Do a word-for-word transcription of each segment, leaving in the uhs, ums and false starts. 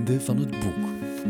Bende van het Boek.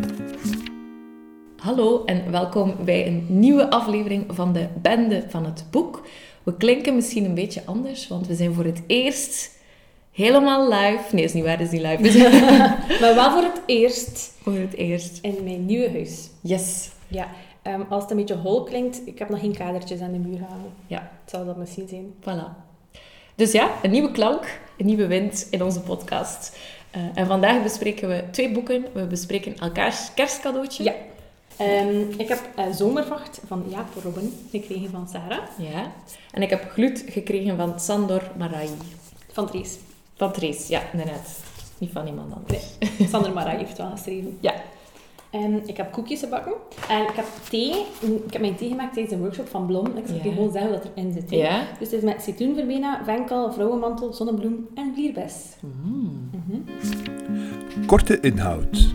Hallo en welkom bij een nieuwe aflevering van de Bende van het Boek. We klinken misschien een beetje anders, want we zijn voor het eerst helemaal live. Nee, is niet waar, is niet live. Maar wel voor het eerst. Voor het eerst. In mijn nieuwe huis. Yes. Ja, um, als het een beetje hol klinkt, ik heb nog geen kadertjes aan de muur hangen. Ja. Het zal dat misschien zijn. Voilà. Dus ja, een nieuwe klank, een nieuwe wind in onze podcast. Uh, en vandaag bespreken we twee boeken. We bespreken elkaars kerstcadeautje. Ja. Um, ik heb uh, Zomervacht van Jaap Robben gekregen van Sarah. Ja. En ik heb Glut gekregen van Sandor Marai. Van Trees. Van Trees, ja, inderdaad. Niet van iemand anders. Nee, Sandor Marai heeft wel geschreven. Ja. Um, ik heb koekjes gebakken. En ik heb thee. Ik heb mijn thee gemaakt tijdens een workshop van Blom. Ik zal ja. je gewoon zeggen wat erin zit. He. Ja. Dus het is met citroenverbena, venkel, vrouwenmantel, zonnebloem en vlierbes. Mm. Mm-hmm. Korte inhoud.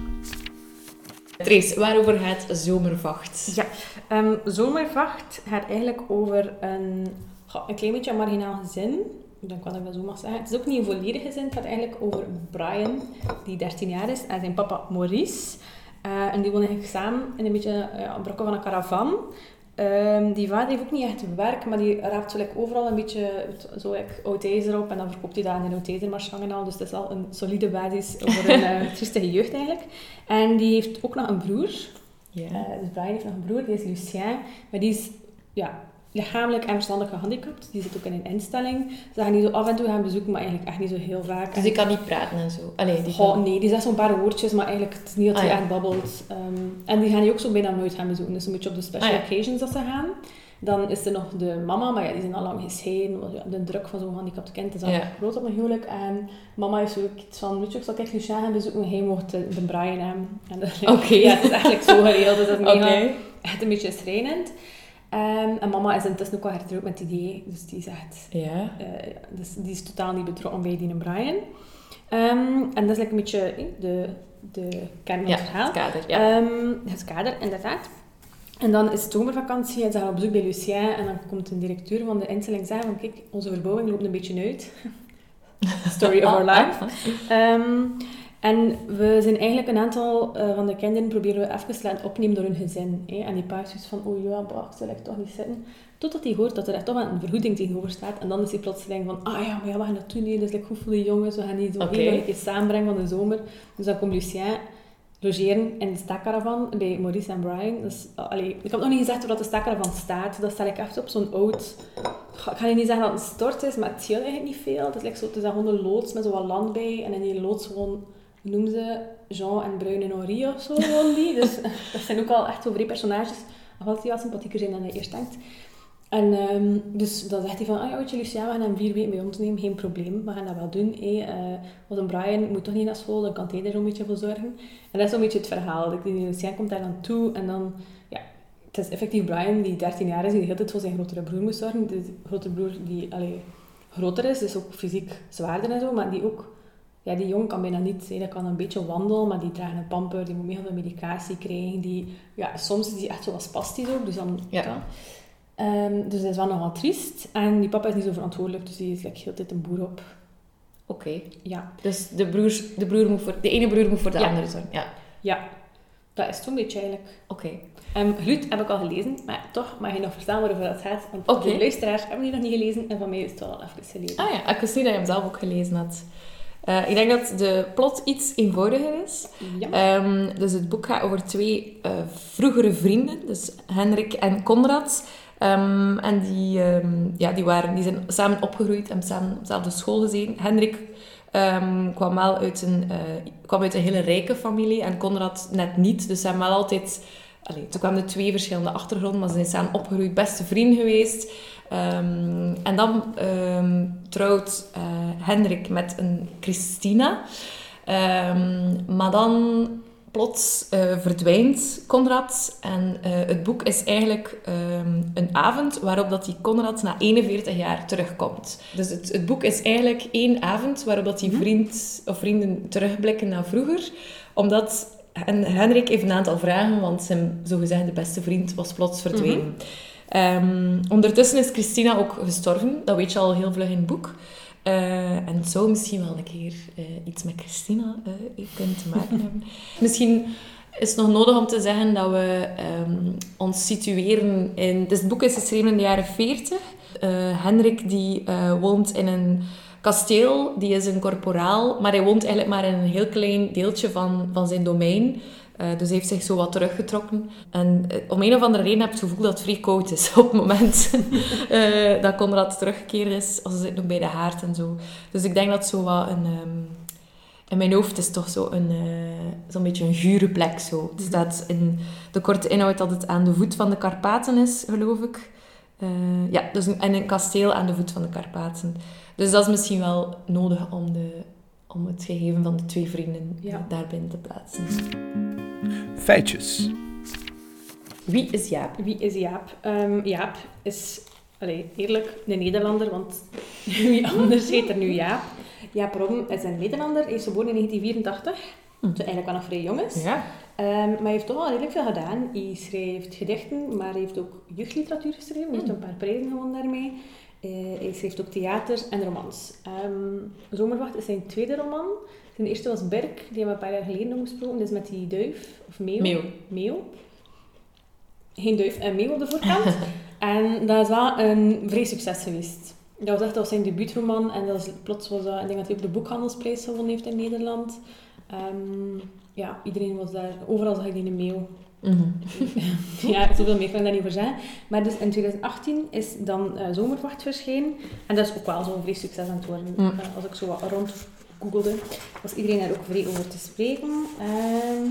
Trees, waarover gaat Zomervacht? Ja, um, Zomervacht gaat eigenlijk over een, een klein beetje een marginaal gezin. Ik denk wel dat ik dat zo mag zeggen. Het is ook niet een volledig gezin. Het gaat eigenlijk over Brian, die dertien jaar is, en zijn papa Maurice. Uh, en die wonen eigenlijk samen in een beetje uh, een brokken van een caravan. Um, die vader heeft ook niet echt werk, maar die raapt zo like, overal een beetje zo like, oud ijzer op en dan verkoopt hij dat in een oud ijzermarchang en al. Dus het is al een solide basis voor een uh, triestige jeugd eigenlijk. En die heeft ook nog een broer. Yeah. Uh, dus Brian heeft nog een broer, die is Lucien. Maar die is ja, lichamelijk en verstandelijk gehandicapt. Die zit ook in een instelling. Ze gaan die zo af en toe gaan bezoeken, maar eigenlijk echt niet zo heel vaak. Dus die kan niet praten en zo? Allee, die Goh, kan... nee, die zegt zo'n paar woordjes, maar eigenlijk het is niet dat hij ah, ja. echt babbelt. Um, en die gaan die ook zo bijna nooit gaan bezoeken. Dus een beetje op de special ah, ja. occasions dat ze gaan. Dan is er nog de mama, maar ja, die zijn al lang gescheiden. De druk van zo'n gehandicapt kind is al ja. groot op een huwelijk. En mama heeft ook iets van, weet je, ik zal kijk Lucien gaan bezoeken. Hij mocht de, de Brian hebben. Oké. Okay. Ja, het is eigenlijk zo geregeld. Dus dat is mega, okay. echt een beetje schrijnend. Um, en mama is intussen ook al hertrouwd met die idee. Dus die zegt... Ja. Uh, dus die is totaal niet betrokken bij die Brian. Um, en dat is like een beetje de, de kern van ja, het verhaal. Het kader, ja. Um, het kader, inderdaad. En dan is het zomervakantie en ze gaan op bezoek bij Lucien. En dan komt een directeur van de instelling zeggen van kijk, onze verbouwing loopt een beetje uit. Story of our life. Um, en we zijn eigenlijk een aantal uh, van de kinderen proberen we even te laten opnemen door hun gezin. Hè? En die pa is zoiets van, oh ja, bah, ik zal echt toch niet zitten. Totdat hij hoort dat er echt toch een vergoeding tegenover staat. En dan is hij plotseling van, ah ja, maar ja, we gaan dat doen. Nee, dat is like, goed voor de jongens. We gaan die zo okay. heel een keer samenbrengen van de zomer. Dus dan komt Lucien logeren in de staakkaravan bij Maurice en Brian. Dus, allee, ik heb nog niet gezegd waar de staakkaravan staat. Dat stel ik echt op zo'n oud... Ik ga je niet zeggen dat het een stort is, maar het scheelt eigenlijk niet veel. Het is, like zo, het is gewoon een loods met zo wat land bij. En in die loods gewoon... noemen ze Jean en Bruin en Henri of zo, gewoon die. Dus dat zijn ook al echt zo drie personages. Alhoewel die wel sympathieker zijn dan je eerst denkt. En um, dus dan zegt hij van, ah ja, weet je, Lucien, we gaan hem vier weken bij ons nemen, geen probleem. We gaan dat wel doen. Hey. Uh, want een Brian moet toch niet naar school, dan kan hij er zo'n beetje voor zorgen. En dat is zo'n beetje het verhaal. Die Lucien komt daar dan toe en dan... ja, het is effectief Brian, die dertien jaar is, die de hele tijd voor zijn grotere broer moet zorgen. De grotere broer die allee, groter is, dus ook fysiek zwaarder en zo, maar die ook... Ja, die jongen kan bijna niet. Hè. Dat kan een beetje wandelen, maar die draagt een pamper, die moet mega veel medicatie krijgen. Die, ja, soms is die echt zo wat spastisch ook, dus dan... Ja. ja. Um, dus dat is wel nogal triest. En die papa is niet zo verantwoordelijk, dus die is like, heel de tijd een boer op. Oké. Okay. Ja. Dus de, broers, de, broer moet voor, de ene broer moet voor de ja. andere zorgen. Ja. Ja. Dat is zo'n beetje eigenlijk. Oké. Okay. Um, Glut heb ik al gelezen, maar toch mag je nog verstaan waarover dat gaat. Want okay. de luisteraars hebben die nog niet gelezen en van mij is het wel al even gelezen. Ah ja, ik wist niet dat je hem zelf ook gelezen had. Uh, ik denk dat de plot iets eenvoudiger is. Ja. Um, dus het boek gaat over twee uh, vroegere vrienden, dus Hendrik en Konrad. Um, en die, um, ja, die, waren, die zijn samen opgegroeid en samen op dezelfde school gezeten. Hendrik um, kwam wel uit een, uh, kwam uit een hele rijke familie en Konrad net niet. Dus ze hebben wel altijd... Allee, toen kwamen er twee verschillende achtergronden, maar ze zijn samen opgegroeid, beste vrienden geweest. Um, en dan um, trouwt uh, Hendrik met een Christina. Um, maar dan plots uh, verdwijnt Konrad. En uh, het boek is eigenlijk um, een avond waarop dat die Konrad na eenenveertig jaar terugkomt. Dus het, het boek is eigenlijk één avond waarop dat die vriend of vrienden terugblikken naar vroeger. Omdat... En Hendrik heeft een aantal vragen, want zijn zogezegde beste vriend was plots verdwenen. Mm-hmm. Um, ondertussen is Christina ook gestorven. Dat weet je al heel vlug in het boek. Uh, en het zou misschien wel een keer uh, iets met Christina uh, kunnen te maken hebben. Misschien is het nog nodig om te zeggen dat we um, ons situeren in... Dus het boek is geschreven in de jaren veertig. Uh, Henrik die uh, woont in een kasteel, die is een corporaal, maar hij woont eigenlijk maar in een heel klein deeltje van, van zijn domein. Uh, dus hij heeft zich zo wat teruggetrokken. En uh, om een of andere reden heb ik het gevoel dat het vrij koud is op het moment uh, dat Konrad teruggekeerd is. Als ze zit nog bij de haard en zo. Dus ik denk dat zo wat een... Um, in mijn hoofd is het toch zo een, uh, zo'n beetje een gure plek. Zo. Het staat in de korte inhoud dat het aan de voet van de Karpaten is, geloof ik. Uh, ja, dus een, en een kasteel aan de voet van de Karpaten. Dus dat is misschien wel nodig om, de, om het gegeven van de twee vrienden ja. daarbinnen te plaatsen. Feitjes. Wie is Jaap? Wie is Jaap? Um, Jaap is, allee, eerlijk, een Nederlander, want wie anders heet er nu Jaap? Jaap Robben is een Nederlander, hij is geboren in negentien vierentachtig. Hm. Dus eigenlijk wel nog vrij jong is. Ja. Um, maar hij heeft toch wel redelijk veel gedaan. Hij schrijft gedichten, maar hij heeft ook jeugdliteratuur geschreven. Hij heeft een paar prijzen gewonnen daarmee. Uh, hij schrijft ook theater en romans. Um, Zomerwacht is zijn tweede roman. Zijn eerste was Berk, die hebben we een paar jaar geleden nog besproken. Dat is met die duif, of meeuw. Meeuw. Meeuw. Geen duif en meeuw op de voorkant. En dat is wel een vrij succes geweest. Dat was echt dat was zijn debuutroman. En dat is, plots was dat, ik denk dat hij ook de boekhandelsprijs gewonnen heeft in Nederland. Um, ja, iedereen was daar. Overal zag ik die een meeuw. Mm-hmm. Ja, zoveel meer kan ik daar niet over zeggen. Maar dus in twintig achttien is dan uh, Zomerwacht verschenen. En dat is ook wel zo'n vrij succes aan het worden. Mm. Uh, als ik zo wat rond googelde, was iedereen daar ook vrij over te spreken. Uh,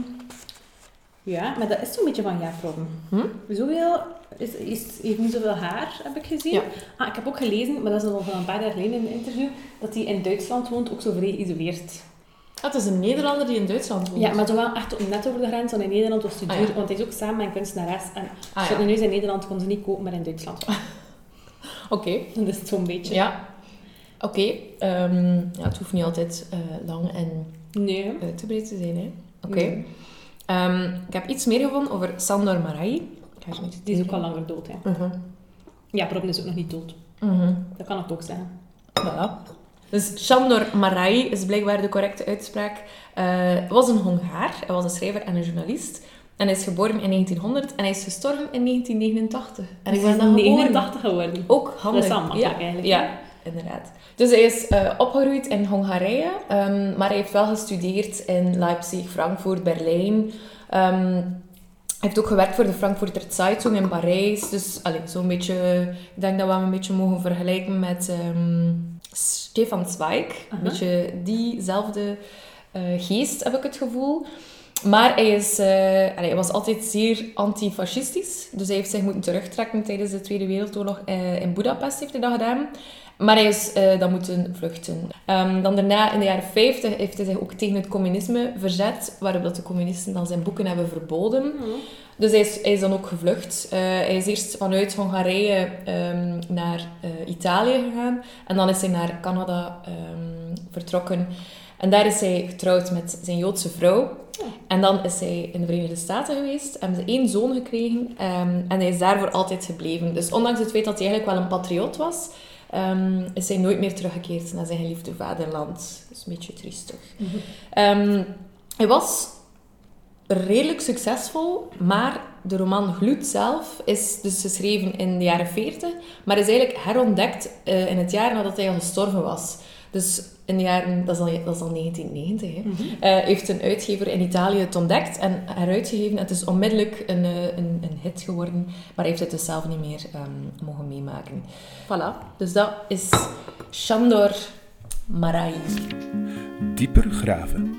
ja, maar dat is zo'n beetje van Jaap Robben. Hm? Zoveel, is, is, heeft niet zoveel haar, heb ik gezien. Ja. Ah, ik heb ook gelezen, maar dat is al van een paar jaar geleden in een interview, dat hij in Duitsland woont, ook zo vrij geïsoleerd. Ah, het is een Nederlander die in Duitsland woont. Ja, maar zo wel echt net over de grens, want in Nederland was het te duur, ah, ja. want hij is ook samen met een kunstenares. En als je ah, ja. nu is in Nederland, kon ze niet kopen, maar in Duitsland. Oké. Okay. Dan is het zo'n beetje. Ja. Oké. Okay. Um, ja, het hoeft niet altijd uh, lang en nee. uitgebreid te zijn, hè. Oké. Okay. Nee. Um, ik heb iets meer gevonden over Sandor Marai. Die is ook al langer dood, hè. Uh-huh. Ja, Robben is ook nog niet dood. Uh-huh. Dat kan ik ook zeggen. Voilà. Dus Sandor Marai is blijkbaar de correcte uitspraak. Uh, was een Hongaar. Hij was een schrijver en een journalist. En hij is geboren in negentienhonderd en hij is gestorven in negentien negenentachtig. En ik ben dan negenentachtig geworden. Ook handig. Dat is makkelijk ja, eigenlijk. Ja, inderdaad. Dus hij is uh, opgegroeid in Hongarije, um, maar hij heeft wel gestudeerd in Leipzig, Frankfurt, Berlijn. Um, Hij heeft ook gewerkt voor de Frankfurter Zeitung in Parijs. Dus allez, zo'n beetje, ik denk dat we hem een beetje mogen vergelijken met um, Stefan Zweig. Uh-huh. Een beetje diezelfde uh, geest, heb ik het gevoel. Maar hij, is, uh, allez, hij was altijd zeer antifascistisch. Dus hij heeft zich moeten terugtrekken tijdens de Tweede Wereldoorlog. Uh, in Budapest heeft hij dat gedaan. Maar hij is uh, dan moeten vluchten. Um, dan daarna, in de jaren vijftig, heeft hij zich ook tegen het communisme verzet, waarop dat de communisten dan zijn boeken hebben verboden. Mm. Dus hij is, hij is dan ook gevlucht. Uh, hij is eerst vanuit Hongarije um, naar uh, Italië gegaan. En dan is hij naar Canada um, vertrokken. En daar is hij getrouwd met zijn Joodse vrouw. Oh. En dan is hij in de Verenigde Staten geweest. Hebben ze één zoon gekregen. Um, en hij is daar voor altijd gebleven. Dus ondanks het feit dat hij eigenlijk wel een patriot was, Um, is hij nooit meer teruggekeerd naar zijn geliefde vaderland. Dat is een beetje triestig. Mm-hmm. Um, hij was redelijk succesvol, maar de roman Gloed zelf is dus geschreven in de jaren veertig, maar is eigenlijk herontdekt uh, in het jaar nadat hij al gestorven was. Dus in de jaren, dat is al, dat is al negentien negentig, hè, mm-hmm. uh, heeft een uitgever in Italië het ontdekt en heruitgegeven. Het is onmiddellijk een, een, een hit geworden, maar hij heeft het dus zelf niet meer um, mogen meemaken. Voilà, dus dat is Sandor Marai. Dieper graven.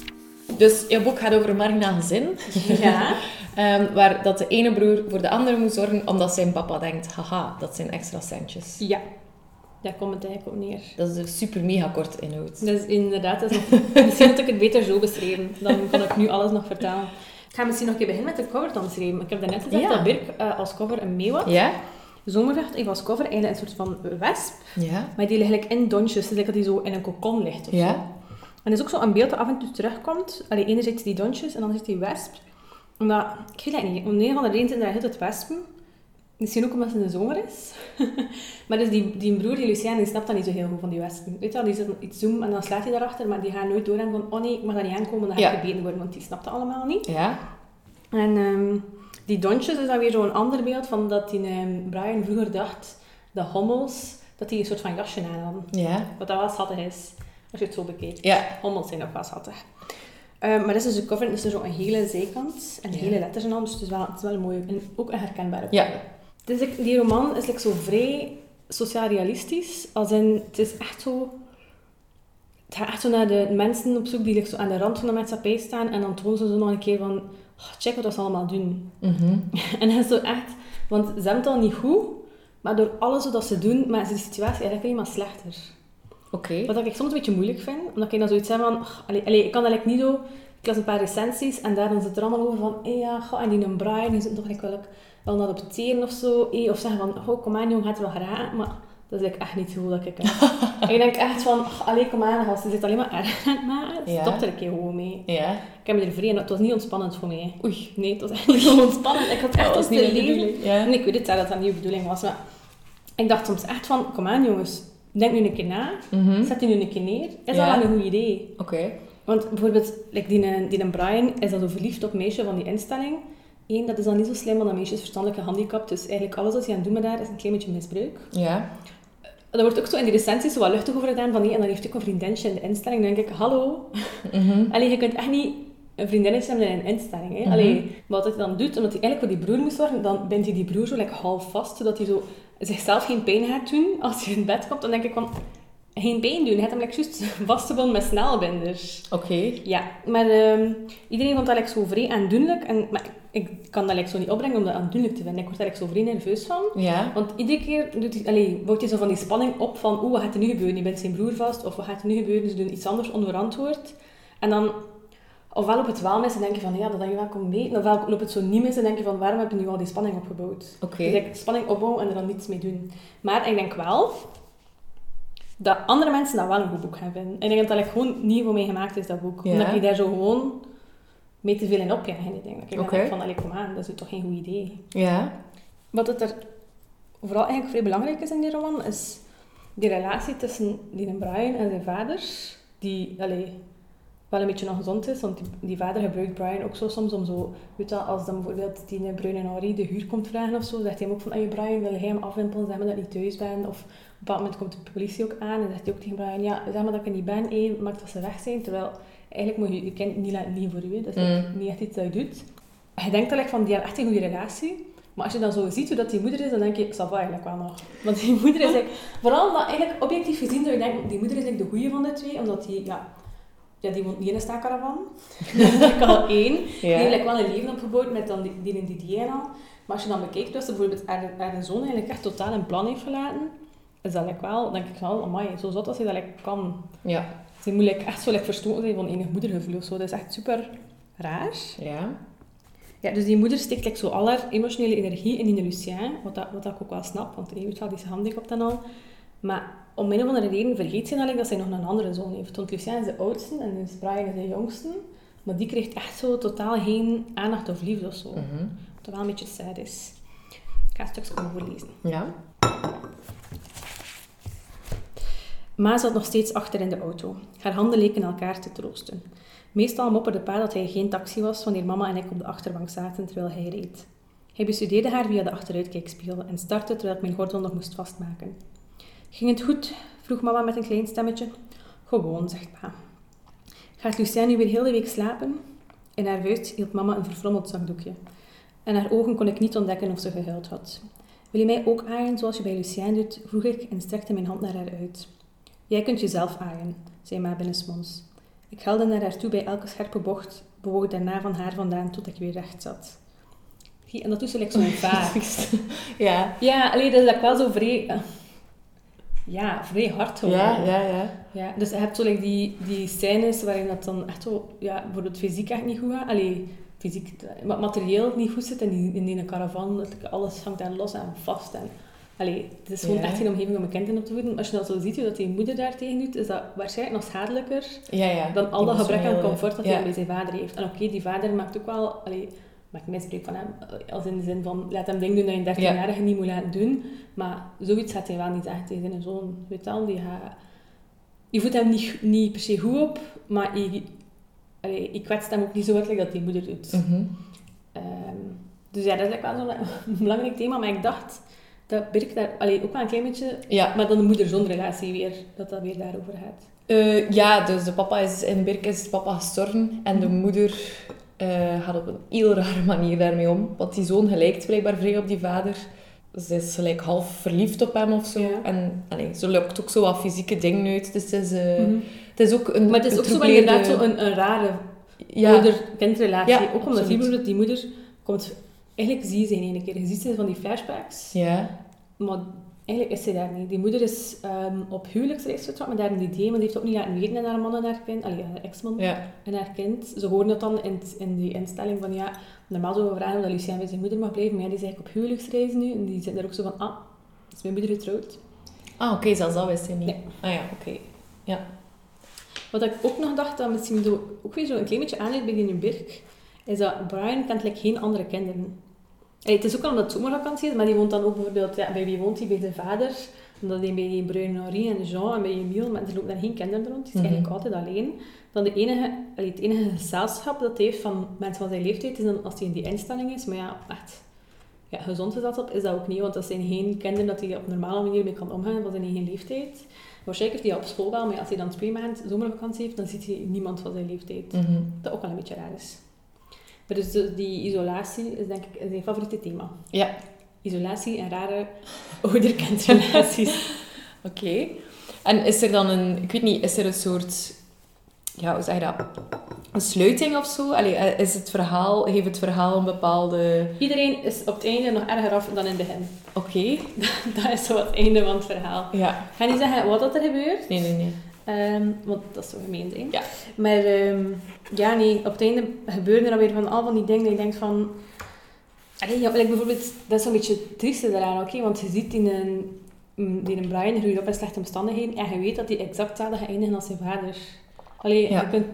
Dus jouw boek gaat over een marginaal gezin. Ja. um, waar dat de ene broer voor de andere moet zorgen, omdat zijn papa denkt, haha, dat zijn extra centjes. Ja. Daar komt het eigenlijk op neer. Dat is een super mega kort inhoud. Dat is inderdaad, dat is nog, misschien had ik het beter zo beschreven. Dan kan ik nu alles nog vertellen. Ik ga misschien nog een keer beginnen met de cover te omschrijven. Ik heb daarnet gezegd ja. dat Birk uh, als cover een meeuw had. Ja. Zomerwacht heeft als cover eigenlijk een soort van wesp. Ja. Maar die ligt eigenlijk in donsjes. Dus dat die zo in een kokon ligt of ja. zo. En er is ook zo een beeld dat af en toe terugkomt. Allee, enerzijds die donsjes en dan zit die wesp. Omdat, ik weet het niet, om een of andere reden zijn er heel het wespen. Misschien ook omdat het in de zomer is. Maar dus die, die broer, die Lucien, die snapt dat niet zo heel goed van die Westen. Weet je wel, die zit iets doen en dan slaat hij daarachter, maar die gaat nooit door en van, oh nee, ik mag daar niet aankomen, dan ga ik Ja. gebeten worden, want die snapt dat allemaal niet. Ja. En um, die Dontjes is dan weer zo'n ander beeld van dat die, um, Brian vroeger dacht dat hommels, dat die een soort van jasje aan hadden. Ja. Wat dat wel schattig is, als je het zo bekijkt. Ja. Hommels zijn ook wel schattig. Um, maar dit is dus de cover, dus er zo een hele zijkant en Ja. hele letters en al, dus het is wel, het is wel een mooie, en ook een herkenbare Ja. cover. Dus ik, die roman is like, zo vrij sociaal realistisch, als in, het is echt zo... Het gaat echt zo naar de mensen op zoek die like, zo aan de rand van de maatschappij staan en dan tonen ze zo nog een keer van, oh, check wat ze allemaal doen. Mm-hmm. En dat is zo echt... Want ze hebben het al niet goed, maar door alles wat ze doen, maakt de situatie eigenlijk alleen maar slechter. Oké. Okay. Wat ik soms een beetje moeilijk vind, omdat ik dan zoiets heb van... Oh, allee, allee, ik kan dat like, niet zo... Ik las een paar recensies en daar dan zit er allemaal over van... Hey, ja, goh, en die een Brian, die zit toch like, wel, wel naar op teren of zo. Hey, of zeggen van, oh, kom aan jongen, gaat er wel geraken. Maar dat is like, echt niet zo dat ik heb. Ik denk echt van, oh, allee, kom aan, gast, je zit alleen maar erg aan het maken. Ja. Stop er een keer gewoon mee. Ja. Ik heb me er vrij en het was niet ontspannend voor mij. Oei, nee, het was echt niet zo ontspannend. Ik had echt dat was iets niet te de lezen. bedoeling. Ja. En ik weet het dat dat niet de bedoeling was, maar ik dacht soms echt van, kom aan jongens, denk nu een keer na. Mm-hmm. Zet die nu een keer neer. Is Ja. dat wel een goed idee? Oké. Okay. Want bijvoorbeeld, like die, die Brian is dan zo verliefd op een meisje van die instelling. Eén, dat is dan niet zo slim, want dat meisje is verstandelijk gehandicapt. Dus eigenlijk alles wat hij aan het doen met haar is een klein beetje misbruik. Ja. Er wordt ook zo in die recensies zo wat luchtig over gedaan van nee, en dan heeft hij ook een vriendinnetje in de instelling. Dan denk ik, hallo. Mm-hmm. Allee, je kunt echt niet een vriendinnetje hebben in een instelling. Hè? Mm-hmm. Allee, wat hij dan doet, omdat hij eigenlijk voor die broer moest zorgen, dan bindt hij die broer zo like, half vast, zodat hij zo zichzelf geen pijn gaat doen als hij in bed komt. Dan denk ik van, geen pijn doen. Hij had hem like, juist vastgebonden met snelbinders. Oké. Okay. Ja, maar um, iedereen vond dat like, zo vrij aandoenlijk. En, maar ik kan dat like, zo niet opbrengen om dat aandoenlijk te vinden. Ik word daar like, zo vrij nerveus van. Ja. Want iedere keer doet hij, allee, bouwt hij zo van die spanning op van oeh, wat gaat er nu gebeuren? Je bent zijn broer vast. Of wat gaat er nu gebeuren? Ze doen iets anders onverantwoord. En dan, ofwel loopt het wel mis en denk je van ja, dat had je wel kon weten. Ofwel loopt het zo niet mis en denk je van waarom heb je nu al die spanning opgebouwd? Oké. Okay. Dus like, spanning opbouwen en er dan niets mee doen. Maar ik denk wel dat andere mensen dat wel een goed boek gaan vinden. En ik denk dat dat like, gewoon niet voor mij gemaakt is, dat boek. Ja. Omdat je daar zo gewoon mee te veel in opjagen. Ik denk dat ik okay. denk van, allee, kom aan, dat is toch geen goed idee. Ja. Wat het er vooral eigenlijk vrij belangrijk is in die roman, is die relatie tussen die Brian en zijn vader, die allee, wel een beetje ongezond is, want die, die vader gebruikt Brian ook zo soms om zo, weet je, als dan bijvoorbeeld die bruine Henri de huur komt vragen of zo, zegt hij hem ook van, hey Brian, wil jij hem afwimpelen, zeg maar dat ik niet thuis ben, of op een bepaald moment komt de politie ook aan en zegt hij ook tegen Brian, ja, zeg maar dat ik er niet ben, hey, maak dat ze weg zijn, terwijl eigenlijk moet je je kind niet laten liegen voor u, dat is mm. niet echt iets dat je doet. Je denkt eigenlijk van, die hebben echt een goede relatie, maar als je dan zo ziet hoe dat die moeder is, dan denk je, dat va eigenlijk wel nog. Want die moeder is eigenlijk, vooral omdat eigenlijk objectief gezien zou je denken, die moeder is eigenlijk de goeie van de twee, omdat die, ja, ja die woont niet in een staakkaravan. Dat is eigenlijk al één. Ja. Die heeft like wel een leven opgebouwd met dan die, die in die en al. Maar als je dan bekijkt, dat ze bijvoorbeeld haar, haar zoon eigenlijk echt totaal een plan heeft gelaten, is dat like wel, denk ik wel, amai, zo zot als hij dat like kan. Ja. Ze moet like, echt zo like, verstoten zijn van enig moedergevoel of zo. Dat is echt super raar. Ja. Ja, dus die moeder steekt like, zo al haar emotionele energie in die Lucien, wat, dat, wat dat ik ook wel snap, want hij weet wel, die is handig dan al. Maar om een of andere reden vergeet ze dan dat zij nog een andere zoon heeft. Want Lucien is de oudste en dus Brian is de jongste. Maar die krijgt echt zo totaal geen aandacht of liefde of zo. Mm-hmm. Wat wel een beetje sad is. Ik ga een stukje voorlezen. Ja. Ma zat nog steeds achter in de auto. Haar handen leken elkaar te troosten. Meestal mopperde pa dat hij geen taxi was wanneer mama en ik op de achterbank zaten terwijl hij reed. Hij bestudeerde haar via de achteruitkijkspiegel en startte terwijl ik mijn gordel nog moest vastmaken. Ging het goed? Vroeg mama met een klein stemmetje. Gewoon, zegt pa. Gaat Lucien nu weer heel de week slapen? In haar vuist hield mama een verfrommeld zakdoekje. En haar ogen kon ik niet ontdekken of ze gehuild had. Wil je mij ook aaien zoals je bij Lucien doet? Vroeg ik en strekte mijn hand naar haar uit. Jij kunt jezelf aaien, zei ma binnensmonds. Ik helde naar haar toe bij elke scherpe bocht, bewoog daarna van haar vandaan tot ik weer recht zat. En dat doet ze like, zo vaak. Ja. Ja, alleen dat is like, wel zo vrij... Uh, ja, vrij hard hoor. Ja, ja, ja. Ja, dus je hebt zo like, die, die scènes waarin dat dan echt zo... Ja, bijvoorbeeld fysiek echt niet goed gaat. Allee, fysiek... Maar materieel niet goed zit in die, in die caravan. Dat, alles hangt daar los en vast. En, allee, het is gewoon ja. echt geen omgeving om een kind in op te voeden. Als je dat zo ziet, hoe dat die moeder daar tegen doet, is dat waarschijnlijk nog schadelijker ja, ja. dan al dat gebrek aan comfort dat ja. hij bij zijn vader heeft. En oké, okay, die vader maakt ook wel... Allee, maak misbruik van hem. Als in de zin van, laat hem dingen doen dat je een dertienjarige ja. niet moet laten doen. Maar zoiets gaat hij wel niet zeggen tegen zijn zoon. Weet wel, die gaat... Je voelt hem niet, niet per se goed op, maar je, allee, je kwetst hem ook niet zo hard dat die moeder doet. Mm-hmm. Um, dus ja, dat is wel zo'n belangrijk thema. Maar ik dacht dat Birk daar allee, ook wel een klein beetje... Ja. Maar dan de moeder-zoon relatie weer, dat dat weer daarover gaat. Uh, ja, dus de papa is... In Birk is de papa gestorven en de moeder uh, gaat op een heel rare manier daarmee om. Want die zoon lijkt blijkbaar vrij op die vader. Ze is gelijk half verliefd op hem of zo. Ja. En allee, ze lukt ook zo wat fysieke dingen uit. Dus het is, uh, mm-hmm. het is ook een... Maar het is ook zo inderdaad zo een, een rare ja. ouder-kindrelatie. Ja, ook omdat absoluut. die, die moeder komt... Eigenlijk zie je ze in één keer. Je ziet ze van die flashbacks. Ja. Maar eigenlijk is ze daar niet. Die moeder is um, op huwelijksreis getrokken met haar een idee, maar die heeft ook niet laten weten aan haar man en haar kind. Allee, haar ex-man Ja. en haar kind. Ze hoorden dat dan in, in die instelling van ja, normaal zouden we vragen of Lucien bij zijn moeder mag blijven, maar ja, die is eigenlijk op huwelijksreis nu. En die zit daar ook zo van, ah, is mijn moeder getrouwd? Ah, oké, okay, zelfs dat wist hij niet. Nee. Ah ja, oké. Okay. Ja. Wat ik ook nog dacht, dat misschien zo, ook weer zo een klein beetje aanleidt bij die Birk, is dat Brian kent like, geen andere kinderen. Allee, het is ook al omdat het zomervakantie is, maar die woont dan ook bijvoorbeeld... Ja, bij wie woont hij? Bij zijn vader. Omdat hij bij Bruin Henri en Jean en bij Emile... Maar er loopt daar geen kinderen rond. Hij is mm-hmm. eigenlijk altijd alleen. Dan de enige, allee, het enige gezelschap dat hij heeft van mensen van zijn leeftijd is dan als hij in die instelling is. Maar ja, echt... Ja, gezond gezelschap is dat ook niet. Want dat zijn geen kinderen dat hij op een normale manier mee kan omgaan van zijn eigen leeftijd. Waarschijnlijk heeft hij op school wel, maar als hij dan twee maanden zomervakantie heeft, dan ziet hij niemand van zijn leeftijd. Mm-hmm. Dat ook wel een beetje raar is. Maar dus die isolatie is denk ik zijn favoriete thema. Ja. Isolatie en rare ouder-kindrelaties. Oké. Okay. En is er dan een... Ik weet niet, is er een soort... Ja, hoe zeg je dat? Een sluiting of zo? Allee, is het verhaal... Heeft het verhaal een bepaalde... Iedereen is op het einde nog erger af dan in het begin. Oké. Okay. Dat is zo het einde van het verhaal. Ja. Ik ga niet zeggen wat dat er gebeurt. Nee, nee, nee. Um, want dat is zo gemeen zijn. Ja. Maar um, ja, nee, op het einde gebeuren er dan weer van al van die dingen dat je denkt van... Allee, ja, like bijvoorbeeld, dat is zo'n beetje het trieste daaraan, oké? Okay? Want je ziet in een, die een Brian groeit op in slechte omstandigheden en je weet dat hij exact hetzelfde gaat eindigen als zijn vader. Allee, ja. je kunt...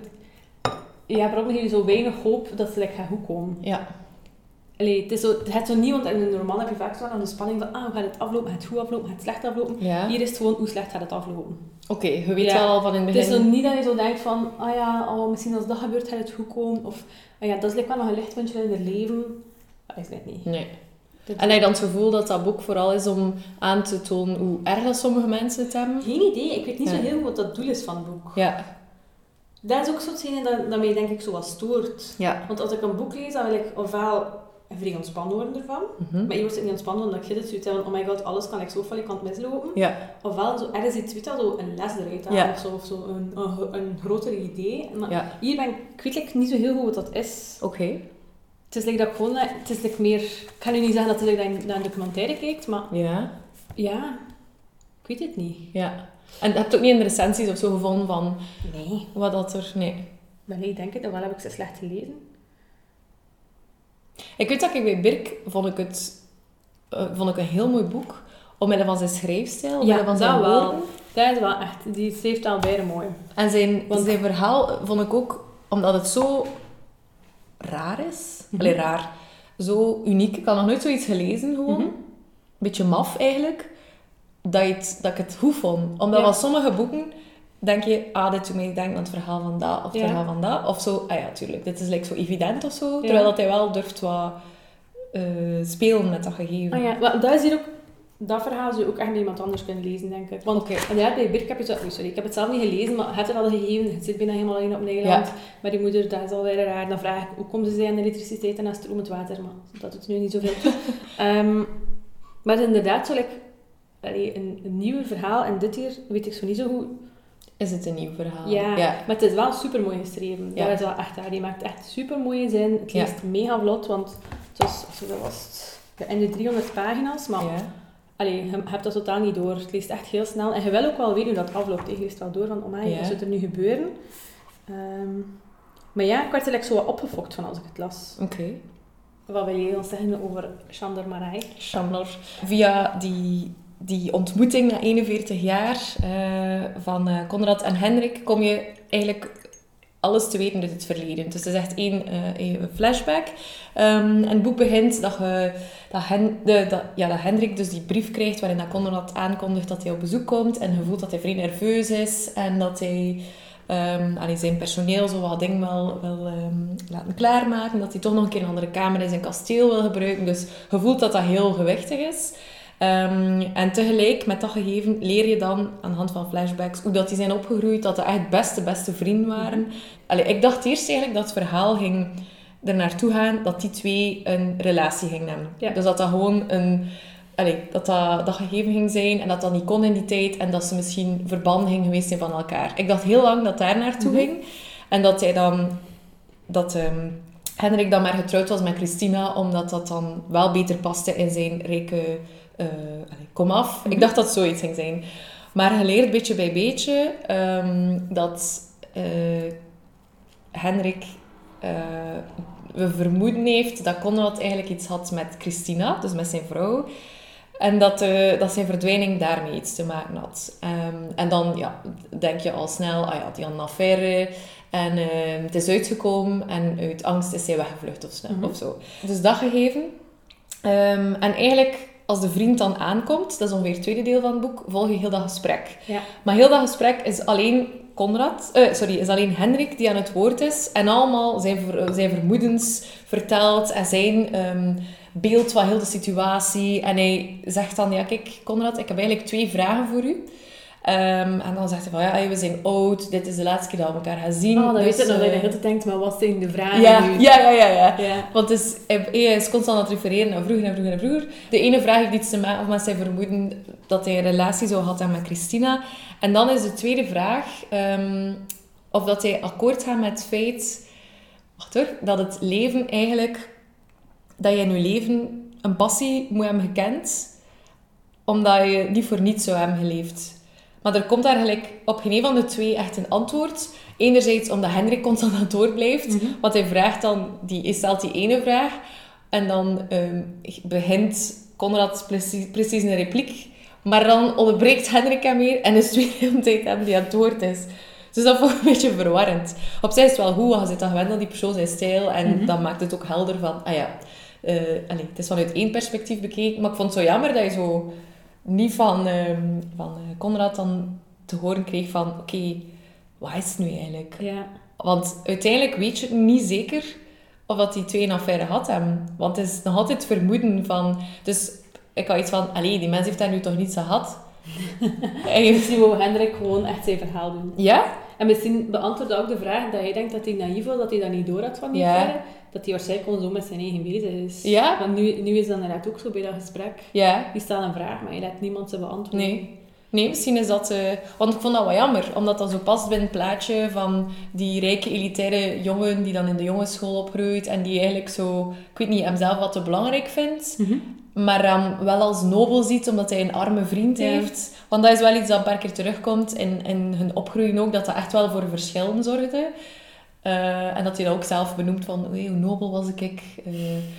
Ja, waarom heb je zo weinig hoop dat ze like, gaat goed komen? Ja. Allee, het is zo... Het heeft zo niemand... In de normaal heb je vaak zo aan de spanning van ah, hoe gaat het aflopen? Gaat het goed aflopen? Gaat het slecht aflopen? Ja. Hier is het gewoon, hoe slecht gaat het aflopen? Oké, okay, je weet ja. wel al van in het begin... Het is zo niet dat je zo denkt van, ah ja, oh, misschien als dat gebeurt gaat het goed komen. Of, ah ja, dat is like wel nog een lichtpuntje in het leven. Dat is net niet. Nee. Dat en heb je dan het gevoel dat dat boek vooral is om aan te tonen hoe erg dat sommige mensen het hebben? Geen idee. Ik weet niet ja. zo heel goed wat dat doel is van het boek. Ja. Dat is ook zo'n scène dat, dat mij denk ik zo wat stoort. Ja. Want als ik een boek lees, dan wil ik ofwel vrij ontspannen worden ervan. Mm-hmm. Maar je wordt niet ontspannen omdat je het zoiets hebt van, oh my god, alles kan ik zo valikant mislopen. Ja. Ofwel zo ergens iets, weet je wel, zo een les eruit halen ja. of zo, of zo een, een, een groter idee. Maar ja. hier ben ik, ik weet like, niet zo heel goed wat dat is. Oké. Okay. Het is like dat ik gewoon, het is like meer, ik kan nu niet zeggen dat het like dat je naar een documentaire kijkt, maar ja. ja, ik weet het niet. Ja. En je hebt ook niet in de recensies of zo gevonden van nee. wat dat er, nee. Wel, ik denk het, en wel heb ik ze slecht gelezen. Ik weet dat ik bij Birk vond ik het uh, vond ik een heel mooi boek, omwille van zijn schrijfstijl, omwille ja, van zijn wel. woorden. Dat is wel echt, die schreef al bijna mooi. En zijn, want zijn verhaal vond ik ook, omdat het zo raar is, mm-hmm. Allee, raar, zo uniek, ik had nog nooit zoiets gelezen gewoon, mm-hmm. beetje maf eigenlijk, dat, je het, dat ik het goed vond. Omdat ja. van sommige boeken denk je, ah, dit doet mij denken aan het verhaal van dat, of het ja. verhaal van dat, of zo, ah ja, tuurlijk, dit is like zo evident of zo, terwijl ja. dat hij wel durft wat uh, spelen met dat gegeven. Ah ja, maar dat is hier ook, dat verhaal zou je ook echt bij iemand anders kunnen lezen, denk ik. Want okay. inderdaad, bij Birk heb je zo, oh, sorry, ik heb het zelf niet gelezen, maar het er al gegeven, het zit bijna helemaal alleen op een eiland, ja. maar die moeder, dat is al weer raar, dan vraag ik, hoe komt ze aan de elektriciteit en aan stroom het water, maar dat doet nu niet zoveel. um, maar inderdaad, zo like, allee, een, een nieuw verhaal, en dit hier weet ik zo niet zo goed. Is het een nieuw verhaal? Ja, ja. Maar het is wel super mooi geschreven. Ja. Dat is wel echt waar. Die maakt echt super mooie zin. Het leest ja. mega vlot, want het was, dat was in de driehonderd pagina's, maar ja. allee, je hebt dat totaal niet door. Het leest echt heel snel. En je wil ook wel weten hoe dat afloopt. Je leest wel door van, oh my, ja. wat zou er nu gebeuren? Um, maar ja, ik werd er like zo wat opgefokt van als ik het las. Oké. Okay. Wat wil je ons zeggen over Chandler Marais? Chandler. Via die... die ontmoeting na eenenveertig jaar uh, van uh, Conrad en Hendrik, kom je eigenlijk alles te weten uit het verleden. Dus het is echt één uh, flashback. Um, en het boek begint dat, je, dat, Hen, de, dat, ja, dat Hendrik dus die brief krijgt waarin dat Conrad aankondigt dat hij op bezoek komt. En je voelt dat hij vrij nerveus is en dat hij um, allee, zijn personeel zo wat dingen wil, wil um, laten klaarmaken. Dat hij toch nog een keer een andere kamer in zijn kasteel wil gebruiken. Dus je voelt dat dat heel gewichtig is. Um, en tegelijk, met dat gegeven, leer je dan aan de hand van flashbacks hoe dat die zijn opgegroeid, dat dat echt beste, beste vrienden waren. Allee, ik dacht eerst eigenlijk dat het verhaal ging er naartoe gaan dat die twee een relatie gingen hebben. Ja. Dus dat dat gewoon een... Allee, dat, dat dat gegeven ging zijn en dat dat niet kon in die tijd en dat ze misschien verbannen gingen geweest zijn van elkaar. Ik dacht heel lang dat daar naartoe mm-hmm. ging. En dat hij dan... Dat... Um, Hendrik dan maar getrouwd was met Christina, omdat dat dan wel beter paste in zijn rijke... Uh, allez, kom af. Mm-hmm. Ik dacht dat het zoiets ging zijn. Maar je leert beetje bij beetje um, dat uh, Hendrik uh, we vermoeden heeft dat Conrad eigenlijk iets had met Christina, dus met zijn vrouw. En dat, uh, dat zijn verdwijning daarmee iets te maken had. Um, en dan ja, denk je al snel, ah ja, die had een affaire. En uh, het is uitgekomen en uit angst is hij weggevlucht of, snel, mm-hmm. of zo. Dus dat gegeven. Um, en eigenlijk... Als de vriend dan aankomt, dat is ongeveer het tweede deel van het boek, volg je heel dat gesprek. Ja. Maar heel dat gesprek is alleen Conrad, uh, sorry, is alleen Hendrik die aan het woord is. En allemaal zijn, ver, zijn vermoedens vertelt en zijn um, beeld van heel de situatie. En hij zegt dan, ja kijk Conrad, ik heb eigenlijk twee vragen voor u. Um, en dan zegt hij van, ja, we zijn oud, dit is de laatste keer dat we elkaar gaan zien. Oh, dan dus, weet je nog uh, dat je de hele tijd denkt, maar wat zijn de vragen ja, nu? Ja, ja, ja. ja. ja. Want dus, hij is constant aan het refereren naar vroeger en vroeger en vroeger. De ene vraag heeft iets te maken met zijn vermoeden dat hij een relatie zou gehad hebben met Christina. En dan is de tweede vraag, um, of dat hij akkoord gaat met het feit, wacht hoor, dat het leven eigenlijk, dat je in je leven een passie moet hebben gekend, omdat je niet voor niets zou hebben geleefd. Maar er komt daar gelijk op geen een van de twee echt een antwoord. Enerzijds omdat Hendrik constant aan het woord blijft. Mm-hmm. Want hij vraagt dan, die, hij stelt die ene vraag. En dan um, begint Conrad precies, precies een repliek. Maar dan onderbreekt Hendrik hem weer. En is het weer de hele tijd hem die aan het woord is. Dus dat vond ik een beetje verwarrend. Op zich is het wel goed, want je zit dan gewend aan die persoon zijn stijl. En mm-hmm. dan maakt het ook helder van... Ah ja, uh, allez, het is vanuit één perspectief bekeken. Maar ik vond het zo jammer dat je zo... niet van, um, van uh, Conrad dan te horen kreeg van... Oké, okay, wat is het nu eigenlijk? Ja. Want uiteindelijk weet je niet zeker of dat die twee een affaire had hebben. Want het is nog altijd vermoeden van... Dus ik had iets van... Allee, die mens heeft daar nu toch niets gehad? En misschien wil Hendrik gewoon echt zijn verhaal doen. Ja? En misschien beantwoord ook de vraag dat hij denkt dat hij naïef was, dat hij dat niet door had van die ja. affaire. Dat hij waarschijnlijk gewoon zo met zijn eigen bezig is. Ja? Want nu, nu is dat inderdaad ook zo bij dat gesprek. Ja. Die stelt een vraag, maar je laat niemand ze beantwoorden. Nee. Nee, misschien is dat... Uh, want ik vond dat wel jammer, omdat dat zo past bij het plaatje van die rijke, elitaire jongen die dan in de jongensschool opgroeit en die eigenlijk zo... Ik weet niet, hemzelf wat te belangrijk vindt, mm-hmm. maar um, wel als nobel ziet, omdat hij een arme vriend ja. heeft. Want dat is wel iets dat een paar keer terugkomt in, in hun opgroeien ook, dat dat echt wel voor verschillen zorgde. Uh, en dat hij dat ook zelf benoemt van, hoe nobel was ik. Uh,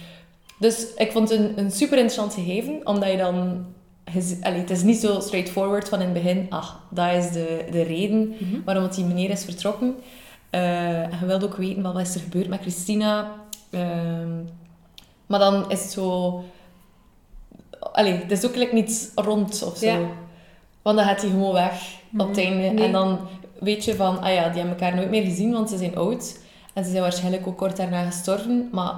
dus ik vond het een, een super interessant gegeven, omdat je dan... Allee, het is niet zo straightforward van in het begin, ach, dat is de, de reden mm-hmm. waarom die meneer is vertrokken. Uh, en je wilt ook weten, wat is er gebeurd met Christina. Uh, maar dan is het zo... Allee, het is ook like, niet rond of zo. Ja. Want dan gaat hij gewoon weg mm-hmm. op het einde. Nee. En dan weet je van, ah ja, die hebben elkaar nooit meer gezien, want ze zijn oud. En ze zijn waarschijnlijk ook kort daarna gestorven, maar...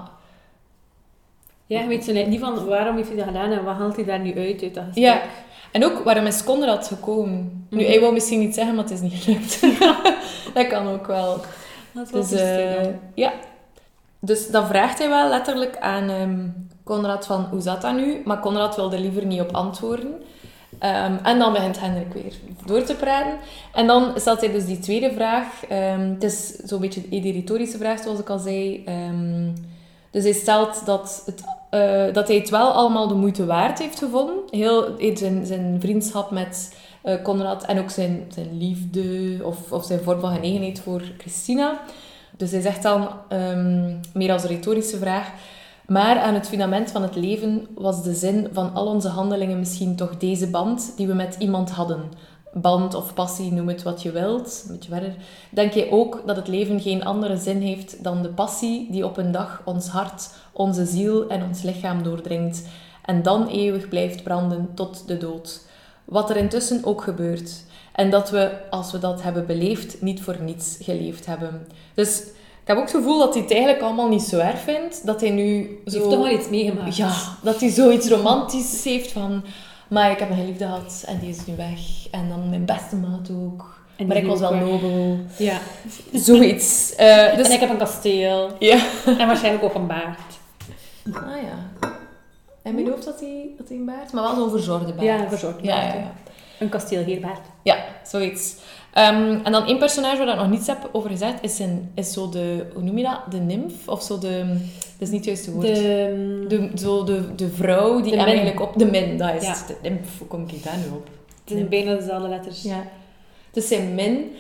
Ja, je weet zo niet van waarom heeft hij dat gedaan en wat haalt hij daar nu uit, uit dat gesprek. Ja, en ook waarom is Conrad gekomen? Mm-hmm. Nu, hij wou misschien niet zeggen, maar het is niet gelukt. Dat kan ook wel. Dat is wel dus, uh, ja. Dus dan vraagt hij wel letterlijk aan um, Conrad van, hoe zat dat nu? Maar Conrad wilde liever niet op antwoorden. Um, en dan begint Hendrik weer door te praten. En dan stelt hij dus die tweede vraag. Um, het is zo'n beetje de retorische vraag, zoals ik al zei. Um, dus hij stelt dat, het, uh, dat hij het wel allemaal de moeite waard heeft gevonden. Heel zijn, zijn vriendschap met uh, Conrad en ook zijn, zijn liefde of, of zijn vorm van genegenheid voor Christina. Dus hij zegt dan, um, meer als een retorische vraag... Maar aan het fundament van het leven was de zin van al onze handelingen misschien toch deze band die we met iemand hadden. band of passie, noem het wat je wilt, een beetje verder, denk je ook dat het leven geen andere zin heeft dan de passie die op een dag ons hart, onze ziel en ons lichaam doordringt en dan eeuwig blijft branden tot de dood. Wat er intussen ook gebeurt. En dat we, als we dat hebben beleefd, niet voor niets geleefd hebben. Dus ik heb ook het gevoel dat hij het eigenlijk allemaal niet zo erg vindt. Dat hij nu zo... Hij heeft toch wel iets meegemaakt. Ja, dat hij zoiets romantisch heeft van... Maar ik heb een geliefde gehad en die is nu weg. En dan mijn beste maat ook. En Maar ik was wel weg. nobel. Ja. Zoiets. Uh, dus... En ik heb een kasteel. Ja. En waarschijnlijk ook een baard. Ah ja. In mijn hoofd had hij, had hij een baard. Maar wel zo'n verzorgde baard. Ja, een verzorgde Ja, baard, ja, ja. Een kasteelheerbaard. Ja, zoiets. Um, en dan één personage waar ik nog niets heb over gezegd, is, een, is zo de, hoe noem je dat? De nymf? Of zo de, dat is niet het juiste woord. De... De, zo de, de vrouw die De hem min. eigenlijk op... De min, dat is Ja. het. De nymf, hoe kom ik daar nu op? Het zijn bijna dezelfde letters. Ja. Dus zijn min,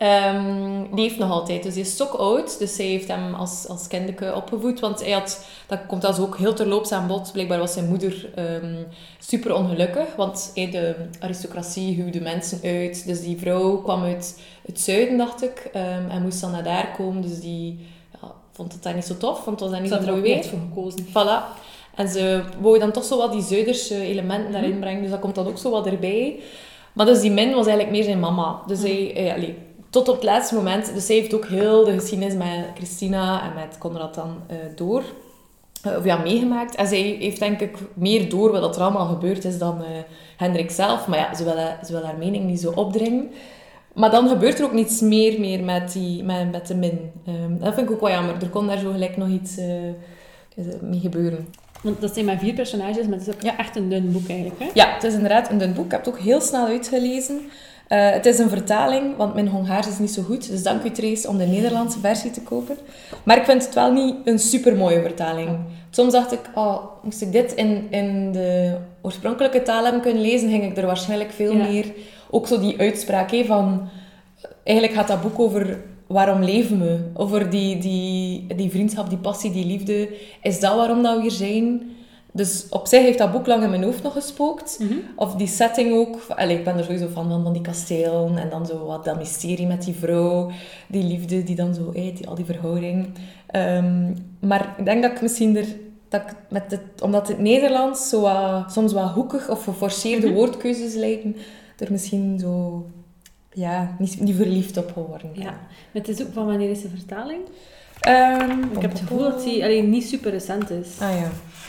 um, die heeft nog altijd. Dus die is stokoud. Dus zij heeft hem als, als kindeke opgevoed. Want hij had... Dat komt als ook heel terloops aan bod. Blijkbaar was zijn moeder um, super ongelukkig. Want hij, de aristocratie huwde mensen uit. Dus die vrouw kwam uit het zuiden, dacht ik. Um, en moest dan naar daar komen. Dus die ja, vond het daar niet zo tof. Want het was daar niet Ze zo had er mooi ook niet weer. voor gekozen. Voilà. En ze wou dan toch zo wat die Zuiderse elementen daarin Mhm. brengen. Dus dat komt dan ook zo wat erbij. Maar dus die min was eigenlijk meer zijn mama. Dus hij, eh, allee, tot op het laatste moment... Dus zij heeft ook heel de geschiedenis met Christina en met Conrad dan uh, door... Uh, of ja, meegemaakt. En zij heeft denk ik meer door wat er allemaal gebeurd is dan uh, Hendrik zelf. Maar ja, ze wil, ze wil haar mening niet zo opdringen. Maar dan gebeurt er ook niets meer, meer met, die, met, met de min. Um, dat vind ik ook wel jammer. Er kon daar zo gelijk nog iets uh, mee gebeuren. Want dat zijn maar vier personages, maar het is ook Ja. echt een dun boek eigenlijk. Hè? Ja, het is inderdaad een dun boek. Ik heb het ook heel snel uitgelezen. Uh, het is een vertaling, want mijn Hongaars is niet zo goed. Dus dank u, Trace, om de Nederlandse versie te kopen. Maar ik vind het wel niet een supermooie vertaling. Soms dacht ik, oh, moest ik dit in, in de oorspronkelijke taal hebben kunnen lezen, ging ik er waarschijnlijk veel Ja. meer... Ook zo die uitspraak, hè, van... Eigenlijk gaat dat boek over... Waarom leven we? Over die, die, die vriendschap, die passie, die liefde. Is dat waarom dat we hier zijn? Dus op zich heeft dat boek lang in mijn hoofd nog gespookt. Mm-hmm. Of die setting ook. Allee, ik ben er sowieso van, van, van die kastelen. En dan zo wat dat mysterie met die vrouw. Die liefde, die dan zo... Hey, die, al die verhouding. Um, maar ik denk dat ik misschien er... Dat ik met het, omdat het Nederlands zo wat, soms wat hoekig of geforceerde Mm-hmm. woordkeuzes lijken... Er misschien zo... Ja, niet, niet verliefd op geworden. Ja. Maar het is ook van wanneer is de vertaling? Um, Ik heb het gevoel dat die alleen niet super recent is. Ah ja.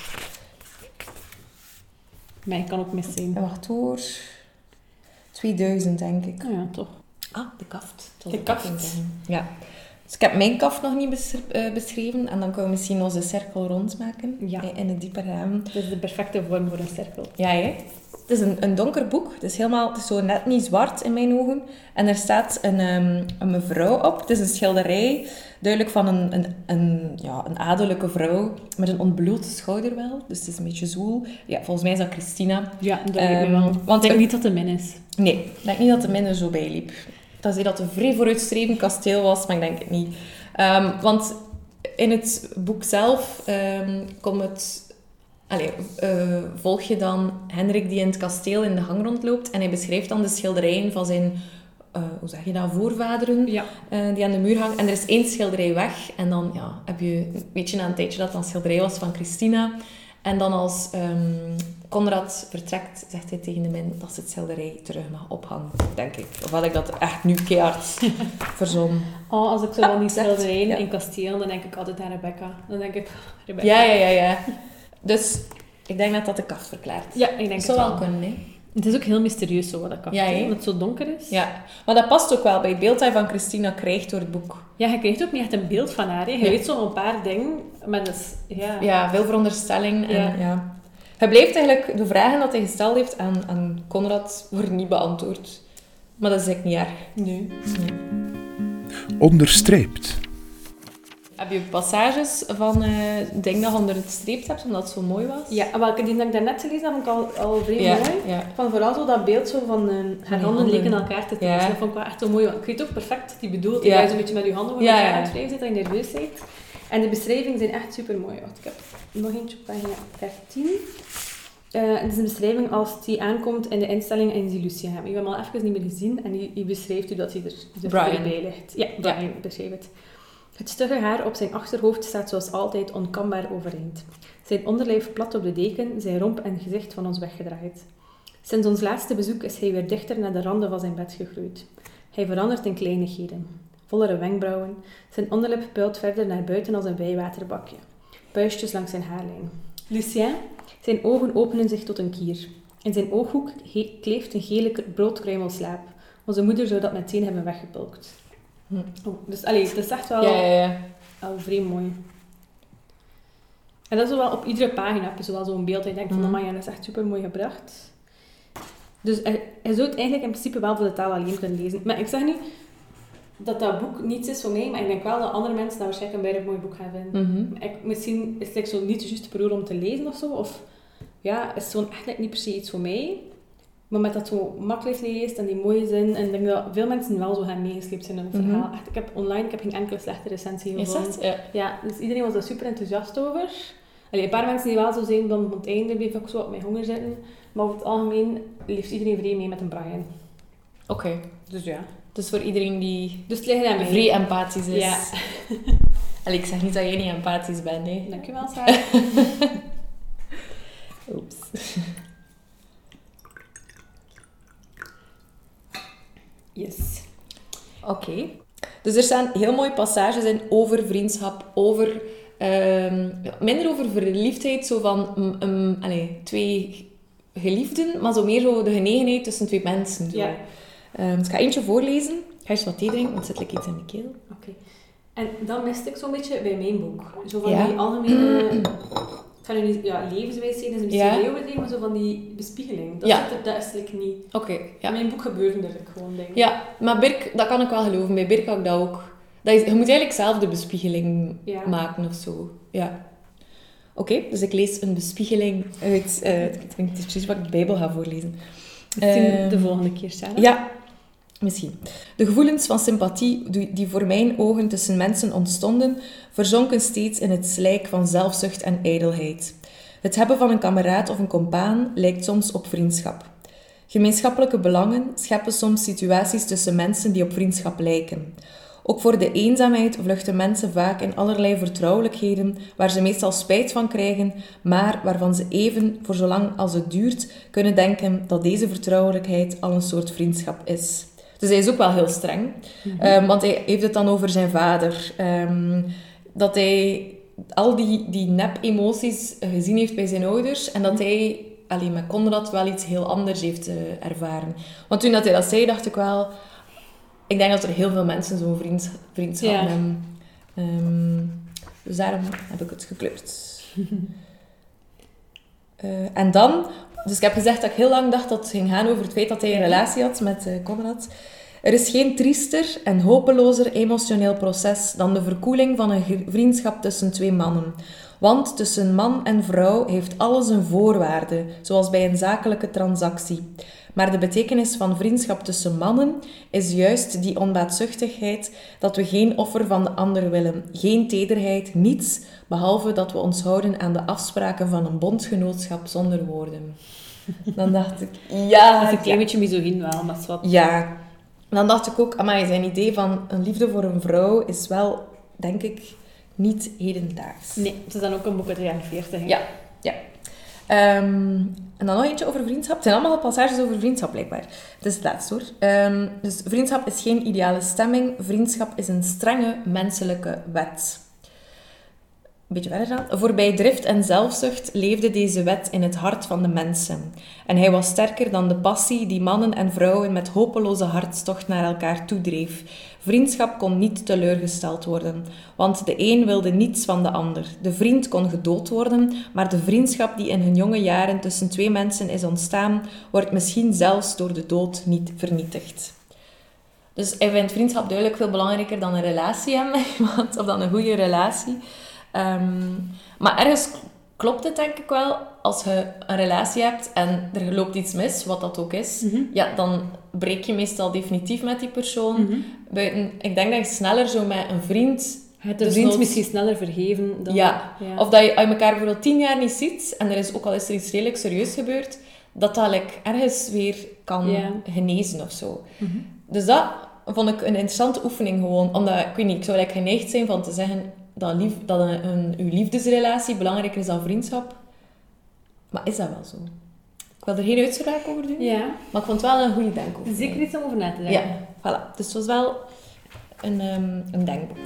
Maar ik kan ook mis zijn. En wacht hoor. tweeduizend, denk ik. Oh ja, toch. Ah, de kaft. Dat De was kaft. ook een ding. Ja. Dus ik heb mijn kaft nog niet bes- uh, beschreven. En dan kunnen we misschien onze cirkel rondmaken. Ja. eh, In het diepe raam. Dat is de perfecte vorm voor een cirkel. Ja, hè. Het is een, een donker boek. Het is, helemaal, het is zo net niet zwart in mijn ogen. En er staat een, um, een mevrouw op. Het is een schilderij. Duidelijk van een, een, een, ja, een adellijke vrouw. Met een ontblote schouder wel. Dus het is een beetje zwoel. Ja, volgens mij is dat Christina. Ja, dat lijkt me Ehm, wel. want Want ik denk ik- niet dat het min is. Nee, ik denk niet dat de min er zo bij liep. Dat zei dat het een vrij vooruitstrevend kasteel was, maar ik denk het niet. Um, want in het boek zelf um, komt het... Allee, uh, volg je dan Hendrik die in het kasteel in de gang rondloopt en hij beschrijft dan de schilderijen van zijn... Uh, hoe zeg je dat? Voorvaderen, Ja. uh, die aan de muur hangen. En er is één schilderij weg. En dan ja, heb je, weet je na een tijdje dat het een schilderij was van Christina. En dan als um, Conrad vertrekt, zegt hij tegen de min dat ze het schilderij terug mag ophangen, denk ik. Of had ik dat echt nu keihard verzon. Oh, als ik zo van die zegt- schilderijen ja. in kasteel, dan denk ik altijd aan Rebecca. Dan denk ik, Rebecca. Ja, ja, ja, ja. Dus ik denk dat dat de kaft verklaart. Ja, ik denk Dat het zou wel wel. kunnen, hè. Het is ook heel mysterieus zo wat dat kasteel, Ja, hè? omdat het zo donker is. Ja, maar dat past ook wel bij het beeld dat je van Christina krijgt door het boek. Ja, je krijgt ook niet echt een beeld van haar. Hè. Je Nee. weet zo een paar dingen, maar dat is... Ja. Ja, veel veronderstelling. En, Ja. ja. Hij blijft eigenlijk de vragen dat hij gesteld heeft aan, aan Conrad worden niet beantwoord. Maar dat is eigenlijk niet erg. Nee. Onderstreept. Heb je passages van uh, dingen dat je onderstreept hebt, omdat het zo mooi was? Ja, welke die dat ik daarnet gelezen heb, vond ik al, al vrij Ja, mooi. ja. Van vooral zo dat beeld zo van uh, haar die handen handen. leken elkaar te Ja. touchen. Dat vond ik wel echt zo mooi. Want ik weet ook perfect wat die bedoelt. Ja. Dat je zo'n beetje met je handen Ja, ja, ja. aan het wrijven zit, dat je nerveus bent. En de beschrijvingen zijn echt super mooi. Wacht, ik heb nog eentje op pagina dertien. Uh, het is een beschrijving als hij aankomt in de instelling en die Lucia hebben. Je hebt hem al even niet meer gezien en hij, hij beschrijft u dat hij er dus Brian. bij ligt. Ja, Brian ja. beschrijft het. Het stugge haar op zijn achterhoofd staat zoals altijd onkambaar overeind. Zijn onderlijf plat op de deken, zijn romp en gezicht van ons weggedraaid. Sinds ons laatste bezoek is hij weer dichter naar de randen van zijn bed gegroeid. Hij verandert in kleinigheden. Vollere wenkbrauwen, zijn onderlip puilt verder naar buiten als een wijwaterbakje. Puistjes langs zijn haarlijn. Lucien, zijn ogen openen zich tot een kier. In zijn ooghoek he- kleeft een gele broodkruimelslaap. Onze moeder zou dat meteen hebben weggepulkt. Hm. Oh, dus allee, het is echt wel, Ja, ja, ja. wel vreemd mooi. En dat is wel op iedere pagina heb je zo wel zo'n beeld dat je denkt van, Mhm. amai, ja, dat is echt super mooi gebracht. Dus je, je zou het eigenlijk in principe wel voor de taal alleen kunnen lezen. Maar ik zeg niet dat dat boek niets is voor mij, maar ik denk wel dat andere mensen dat waarschijnlijk een bijna mooi boek gaan vinden. Mhm. Ik, misschien is het like, zo niet de juiste periode om te lezen of zo, of ja, is het gewoon echt like, niet per se iets voor mij. Maar met dat zo makkelijk leest en die mooie zin, en ik denk dat veel mensen wel zo gaan meegesleept zijn in het Mhm. verhaal. Echt, ik heb online ik heb geen enkele slechte recensie Is gevonden. dat? Ja. Ja, dus iedereen was daar super enthousiast over. Allee, een paar mensen die wel zo zijn, dan op het einde bleef ik zo op mijn honger zitten. Maar over het algemeen leeft iedereen vrij mee met een Brian. Oké. Okay. Dus ja. Dus voor iedereen die Dus het ligt aan mij. vrij empathisch is. Ja. Allee, ik zeg niet dat jij niet empathisch bent, nee. Dankjewel, Sarah. Oeps. Yes. Oké. Okay. Dus er staan heel mooie passages in over vriendschap, over... Um, minder over verliefdheid, zo van um, um, allez, twee geliefden, maar zo meer zo de genegenheid tussen twee mensen. Zo. Ja. Um, dus ik ga eentje voorlezen. Ik ga eens wat thee drinken, want het zit like iets in de keel. Oké. Okay. En dat miste ik zo'n beetje bij mijn boek. Zo van Ja. die algemene... Ik ga nu niet... Ja, levenswijsheid is een beetje Ja. heel overdreven, maar zo van die bespiegeling. Dat, Ja. zit er, dat is like niet... Oké, okay, ja. In mijn boek gebeuren er gewoon dingen. Ja, maar Birk, dat kan ik wel geloven. Bij Birk had ik dat ook. Dat is, je moet eigenlijk zelf de bespiegeling Ja. maken of zo. Ja. Oké, okay, dus ik lees een bespiegeling uit... Uh, ik weet niet precies wat ik de Bijbel ga voorlezen. Misschien Uh, de volgende keer, Sarah. Ja, misschien. De gevoelens van sympathie die voor mijn ogen tussen mensen ontstonden, verzonken steeds in het slijk van zelfzucht en ijdelheid. Het hebben van een kameraad of een compaan lijkt soms op vriendschap. Gemeenschappelijke belangen scheppen soms situaties tussen mensen die op vriendschap lijken. Ook voor de eenzaamheid vluchten mensen vaak in allerlei vertrouwelijkheden, waar ze meestal spijt van krijgen, maar waarvan ze even, voor zolang als het duurt, kunnen denken dat deze vertrouwelijkheid al een soort vriendschap is. Dus hij is ook wel heel streng, mm-hmm. um, want hij heeft het dan over zijn vader. Um, dat hij al die, die nep-emoties gezien heeft bij zijn ouders en dat mm-hmm. hij allee, met Conrad wel iets heel anders heeft uh, ervaren. Want toen dat hij dat zei, dacht ik wel... Ik denk dat er heel veel mensen zo'n vriends, vriendschap ja. hebben. Um, dus daarom heb ik het gekleurd. uh, en dan... Dus ik heb gezegd dat ik heel lang dacht dat het ging gaan over het feit dat hij een relatie had met uh, Conrad. Er is geen triester en hopelozer emotioneel proces dan de verkoeling van een vriendschap tussen twee mannen. Want tussen man en vrouw heeft alles een voorwaarde, zoals bij een zakelijke transactie. Maar de betekenis van vriendschap tussen mannen is juist die onbaatzuchtigheid, dat we geen offer van de ander willen, geen tederheid, niets, behalve dat we ons houden aan de afspraken van een bondgenootschap zonder woorden. Dan dacht ik, ja... Dat is een klein ja. beetje misogyn wel, maar wat... Ja. Dan dacht ik ook, amai, zijn idee van een liefde voor een vrouw is wel, denk ik, niet hedendaags. Nee, het is dan ook een boek uit de jaren veertig. Ja, ja. Um, en dan nog eentje over vriendschap. Het zijn allemaal passages over vriendschap, blijkbaar. Het is het laatste, hoor. Um, dus vriendschap is geen ideale stemming. Vriendschap is een strenge menselijke wet. Een beetje verder dan. Voorbij drift en zelfzucht leefde deze wet in het hart van de mensen. En hij was sterker dan de passie die mannen en vrouwen met hopeloze hartstocht naar elkaar toedreef. Vriendschap kon niet teleurgesteld worden, want de een wilde niets van de ander. De vriend kon gedood worden, maar de vriendschap die in hun jonge jaren tussen twee mensen is ontstaan, wordt misschien zelfs door de dood niet vernietigd. Dus hij vindt vriendschap duidelijk veel belangrijker dan een relatie hebben, want, of dan een goede relatie. Um, maar ergens klopt het denk ik wel, als je een relatie hebt en er loopt iets mis, wat dat ook is, mm-hmm. ja, dan breek je meestal definitief met die persoon. Mm-hmm. Buiten, ik denk dat je sneller zo met een vriend Je hebt de Dus vriend noods- misschien sneller vergeven dan... Ja. ja. Of dat je, als je elkaar bijvoorbeeld tien jaar niet ziet, en er is ook al is er iets redelijk serieus gebeurd, dat dat like, ergens weer kan Ja. genezen of zo. Mhm. Dus dat vond ik een interessante oefening gewoon. Omdat, ik weet niet, ik zou like, geneigd zijn van te zeggen dat, lief, dat een, een, uw liefdesrelatie belangrijker is dan vriendschap. Maar is dat wel zo? Ik wil er geen uitspraak over doen, Ja. maar ik vond het wel een goede denkoefening. Zeker iets om over na te denken. Ja, voilà. Dus het was wel een, um, een denkboek.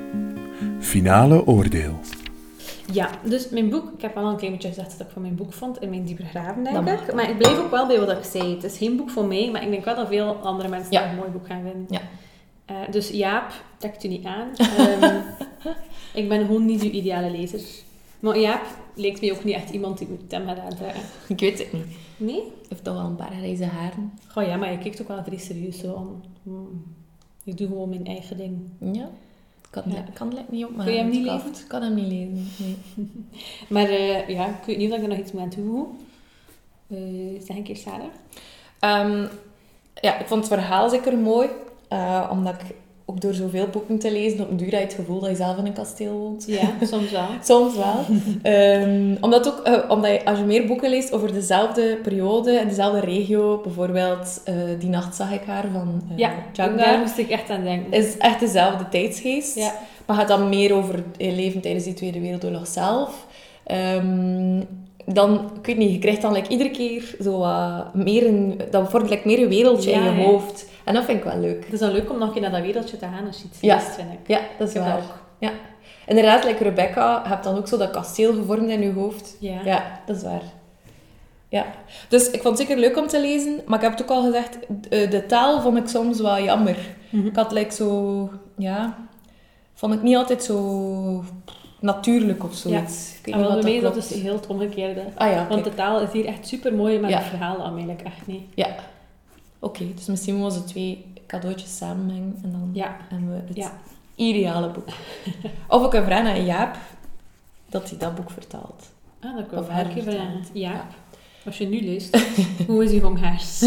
Finale oordeel. Ja, dus mijn boek... Ik heb al een klein beetje gezegd wat ik van mijn boek vond in mijn dieper graven, denk Dat mag. ik. Maar ik blijf ook wel bij wat ik zei. Het is geen boek voor mij, maar ik denk wel dat veel andere mensen Ja. het een mooi boek gaan vinden. Ja. Uh, dus Jaap, trekt u niet aan. Um, ik ben gewoon niet uw ideale lezer. Maar Jaap lijkt mij ook niet echt iemand die het hem gaat aantrekken. Ik weet het niet. Nee? Hij heeft toch wel een paar grijze haren. Goh ja, maar je kijkt ook wel vrij serieus zo aan. Hmm. Ik doe gewoon mijn eigen ding. Ja. Ik kan, Ja. ik kan het niet op, maar Kun je hem niet het lezen? kaft. Ik kan hem niet lezen. Nee. Maar uh, ja, ik weet niet of ik er nog iets mee aan toevoeg. Uh, zeg een keer, Sarah. Um, ja, ik vond het verhaal zeker mooi. Uh, omdat ik ook door zoveel boeken te lezen op een duur had je het gevoel dat je zelf in een kasteel woont. Ja, soms wel. Soms wel. um, omdat ook, uh, omdat je, als je meer boeken leest over dezelfde periode en dezelfde regio, bijvoorbeeld uh, Die Nacht zag ik haar van uh, Ja, Django, daar moest ik echt aan denken. is echt dezelfde tijdsgeest. Ja. Maar gaat dan meer over het leven tijdens die Tweede Wereldoorlog zelf. Um, dan, ik weet niet, je krijgt dan like, iedere keer zo wat meer een, dat vormt like, meer een wereldje Ja, in je hè. hoofd. En dat vind ik wel leuk. Het is dan leuk om nog een keer naar dat wereldje te gaan als je iets Ja. leest, vind ik. Ja, dat is Ik heb waar. dat ook. Ja. Inderdaad, like Rebecca, je hebt dan ook zo dat kasteel gevormd in je hoofd. Ja. Ja, dat is waar. Ja. Dus ik vond het zeker leuk om te lezen, maar ik heb het ook al gezegd, de, de taal vond ik soms wel jammer. Mhm. Ik had like, zo, ja, vond ik niet altijd zo natuurlijk of zoiets. Ik weet En niet wel, wat bij mij is dat dat klopt. dus heel het omgekeerde. Ah ja, Want kijk. de taal is hier echt super mooi, maar Ja. het verhaal dan eigenlijk echt niet. Ja. Oké, okay, dus misschien moeten we onze twee cadeautjes samenmengen en dan Ja. hebben we het Ja. ideale boek. Of ik een vraag naar Jaap, dat hij dat boek vertaalt. Ah, dat kan Of ik wel een keer hervertalen. vragen. Ja. Ja. Als je nu leest, hoe is uw Hongaars?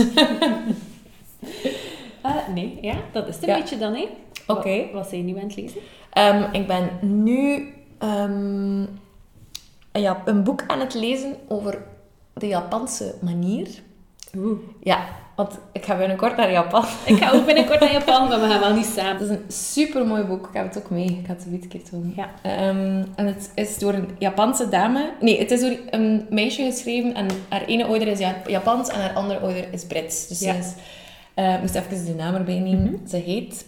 uh, nee, ja, dat is het een Ja. beetje dan, hè? Oké. Wat, wat zijn je nu aan het lezen? Um, ik ben nu um, ja, een boek aan het lezen over de Japanse manier. Oeh. Ja, want ik ga binnenkort naar Japan. Ik ga ook binnenkort naar Japan, maar we gaan wel niet samen. Het is een supermooi boek. Ik heb het ook mee. Ik ga het een keer doen. Ja. Um, en het is door een Japanse dame... Nee, het is door een meisje geschreven. En haar ene ouder is Ja- Japans en haar andere ouder is Brits. Dus Ja. ze is... Uh, ik moest even de naam erbij nemen. Mhm. Ze heet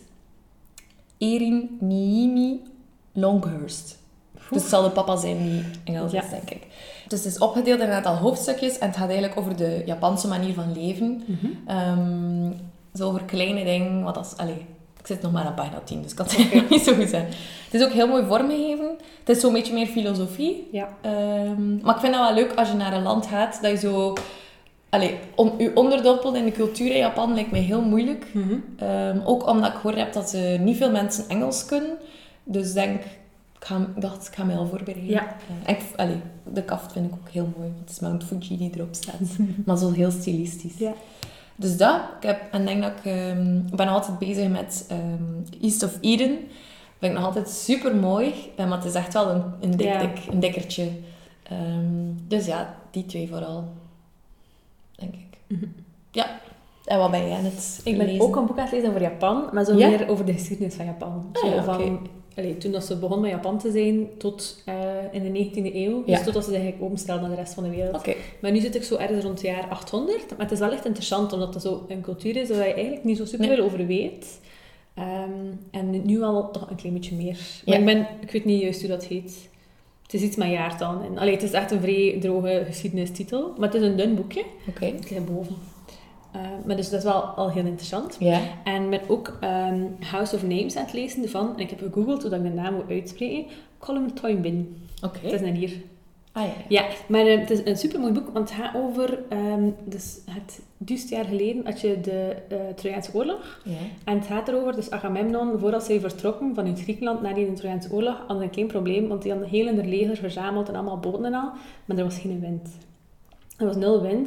Erin Niimi Longhurst. Dus het zal de papa zijn die Engels Ja. is, denk ik. Dus het is opgedeeld in een aantal hoofdstukjes. En het gaat eigenlijk over de Japanse manier van leven. Mhm. Um, zo over kleine dingen. Wat als, allee, ik zit nog maar aan pagina tien, dus ik kan het eigenlijk niet zo goed zijn. Het is ook heel mooi vormgegeven. Het is zo'n beetje meer filosofie. Ja. Um, maar ik vind dat wel leuk als je naar een land gaat, dat je zo... Allee, om, je onderdompelt in de cultuur in Japan lijkt mij heel moeilijk. Mhm. Um, ook omdat ik gehoord heb dat ze niet veel mensen Engels kunnen. Dus denk, ik, ga, ik dacht, ik ga mij al voorbereiden. Ja. Uh, en ik, allee, de kaft vind ik ook heel mooi. Want het is Mount Fuji die erop staat. Maar zo heel stilistisch. Ja. Dus dat. Ik heb, en denk dat ik... Um, ik ben altijd bezig met um, East of Eden. Vind ik nog altijd super mooi. Uh, maar het is echt wel een, een, dik, Ja. dik, een dikkertje. Um, dus ja, die twee vooral. Denk ik. Mhm. Ja. En wat ben jij aan het Ik ben lezen? ook een boek aan het lezen over Japan, maar zo Ja? meer over de geschiedenis van Japan. Ah, Zo ja, van, oké. allee, toen dat ze begon met Japan te zijn, tot uh, in de negentiende eeuw. Ja. Dus totdat ze zich eigenlijk omstelde naar de rest van de wereld. Oké. Maar nu zit ik zo ergens rond het jaar achthonderd. Maar het is wel echt interessant, omdat het zo een cultuur is waar je eigenlijk niet zo super veel over weet. Um, en nu al toch een klein beetje meer. Maar Ja. ik, ben, ik weet niet juist hoe dat heet. Het is iets met jaartal. En, allee, het is echt een vrij droge geschiedenistitel. Maar het is een dun boekje. Oké. Het ligt boven. Uh, maar dus dat is wel al heel interessant. Ja. En ik ben ook um, House of Names aan het lezen van, en ik heb gegoogeld hoe dat ik de naam moet uitspreken, Colm Toynbee. Oké. Het is een hier. Ah ja. Ja, maar uh, het is een supermooi boek, want het gaat over, um, dus het duizend jaar geleden had je de uh, Trojaanse oorlog. Ja. En het gaat erover, dus Agamemnon, voordat zij vertrokken vanuit Griekenland naar die Trojaanse oorlog, had een klein probleem, want die hadden heel in haar leger verzameld en allemaal boten en al, maar er was geen wind. Er was nul wind.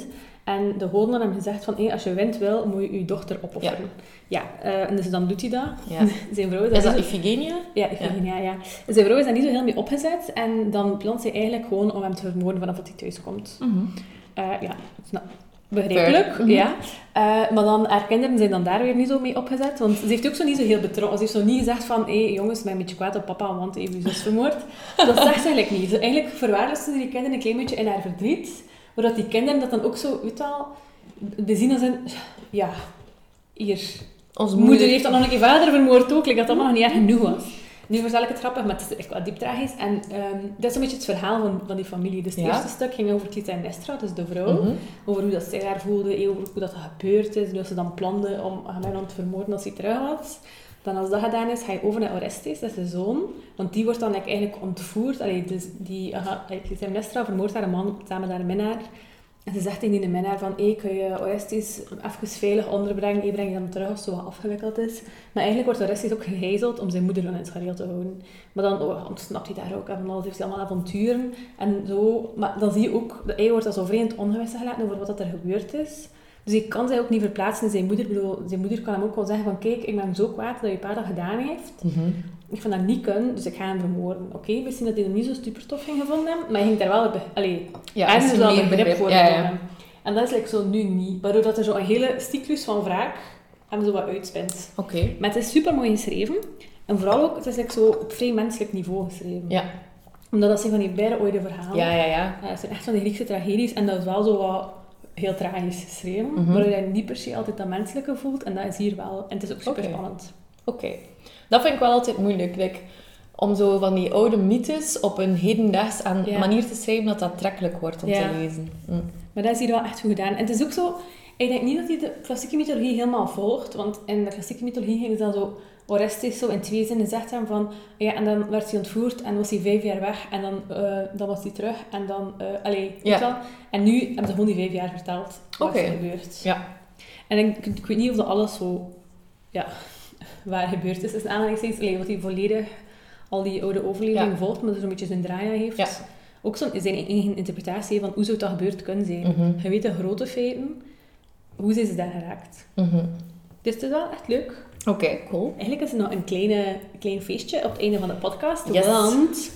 En de goden hebben gezegd van, hey, als je wint wil, moet je je dochter opofferen. Ja, ja uh, en dus dan doet hij dat. Ja. Zijn vrouw is, is dat zo... Iphigenia? Ja, Iphigenia, ja. ja. Zijn vrouw is daar niet zo heel mee opgezet. En dan plant zij eigenlijk gewoon om hem te vermoorden vanaf dat hij thuis komt. Mm-hmm. Uh, ja, snap. Begrijpelijk, mm-hmm. ja. Uh, maar dan, haar kinderen zijn dan daar weer niet zo mee opgezet. Want ze heeft ook zo niet zo heel betrokken. Ze heeft zo niet gezegd van, hé hey, jongens, ik ben een beetje kwaad op papa, want hij heeft uw zus vermoord. Dat zegt ze eigenlijk niet. Ze eigenlijk verwaarloosde die kinderen een klein beetje in haar verdriet. Zodat die kinderen dat dan ook zo, weet je wel, de zien als een, ja, hier. Onze moeder. moeder heeft dan nog een keer vader vermoord ook, like dat allemaal nog niet erg genoeg was. Nu vertel ik het grappig, maar het is echt wel diep tragisch. En um, dat is een beetje het verhaal van, van die familie. Dus het ja. eerste stuk ging over Clytemnestra, dus de vrouw. Mm-hmm. Over hoe dat zij haar voelde, over hoe dat gebeurd is. Dus ze dan plande om Agamemnon te vermoorden als hij terug was. Dan als dat gedaan is, ga je over naar Orestes, dat is de zoon. Want die wordt dan like, eigenlijk ontvoerd. Allee, dus die, Clytemnestra vermoordt haar man samen met haar minnaar. En ze zegt tegen die minnaar van, hey, kun je Orestes even veilig onderbrengen, hey, breng je hem terug als het zo wat afgewikkeld is. Maar eigenlijk wordt Orestes ook gegijzeld om zijn moeder van in het gareel te houden. Maar dan oh, ontsnapt hij daar ook en dan heeft hij allemaal avonturen. En zo, maar dan zie je ook, dat hij wordt al zo vreemd ongewisse gelaten over wat er gebeurd is. Dus hij kan zich ook niet verplaatsen in zijn moeder. Ik bedoel, zijn moeder kan hem ook wel zeggen van, kijk, ik ben zo kwaad dat je pa dat gedaan heeft. Mm-hmm. Ik vind dat niet kunnen, dus ik ga hem vermoorden. Oké, okay, misschien dat hij hem niet zo super tof ging gevonden hebben, maar hij ging daar wel... Be- Allee, ja, ergens wel een begrip voor ja, ja. En dat is like, zo nu niet. Waardoor dat er zo een hele cyclus van wraak hem zo wat uitspint. Oké. Okay. Maar het is super mooi geschreven. En vooral ook, het is like, zo op vrij menselijk niveau geschreven. Ja. Omdat dat zijn van die beide oude verhalen. Ja, ja, ja. Uh, het zijn echt van die Griekse tragedies. En dat is wel zo wat... heel tragisch geschreven, mm-hmm. waardoor je niet per se altijd dat menselijke voelt. En dat is hier wel. En het is ook super okay. spannend. Oké. Okay. Dat vind ik wel altijd moeilijk. Like, om zo van die oude mythes op een hedendaags ja. manier te schrijven dat dat aantrekkelijk wordt om ja. te lezen. Mm. Maar dat is hier wel echt goed gedaan. En het is ook zo... Ik denk niet dat hij de klassieke mythologie helemaal volgt. Want in de klassieke mythologie ging het dan zo... Orestes zo in twee zinnen zegt hem van... Ja, en dan werd hij ontvoerd en was hij vijf jaar weg. En dan, uh, dan was hij terug. En dan... Uh, allee, ja. weet wel. En nu hebben ze gewoon die vijf jaar verteld. Wat okay. er gebeurt. Ja. En ik, ik weet niet of dat alles zo... Ja, waar gebeurd is. Het is een aanhalingstekens... Allee, wat hij volledig... al die oude overleveringen ja. volgt, maar er zo'n beetje zijn draai aan heeft. Ja. Ook zo'n zijn eigen interpretatie van hoe zou dat gebeurd kunnen zijn. Mm-hmm. Je weet de grote feiten, hoe zijn ze daar geraakt. Mm-hmm. Dus het is wel echt leuk. Oké, okay, cool. Eigenlijk is het nog een kleine, klein feestje op het einde van de podcast, yes. want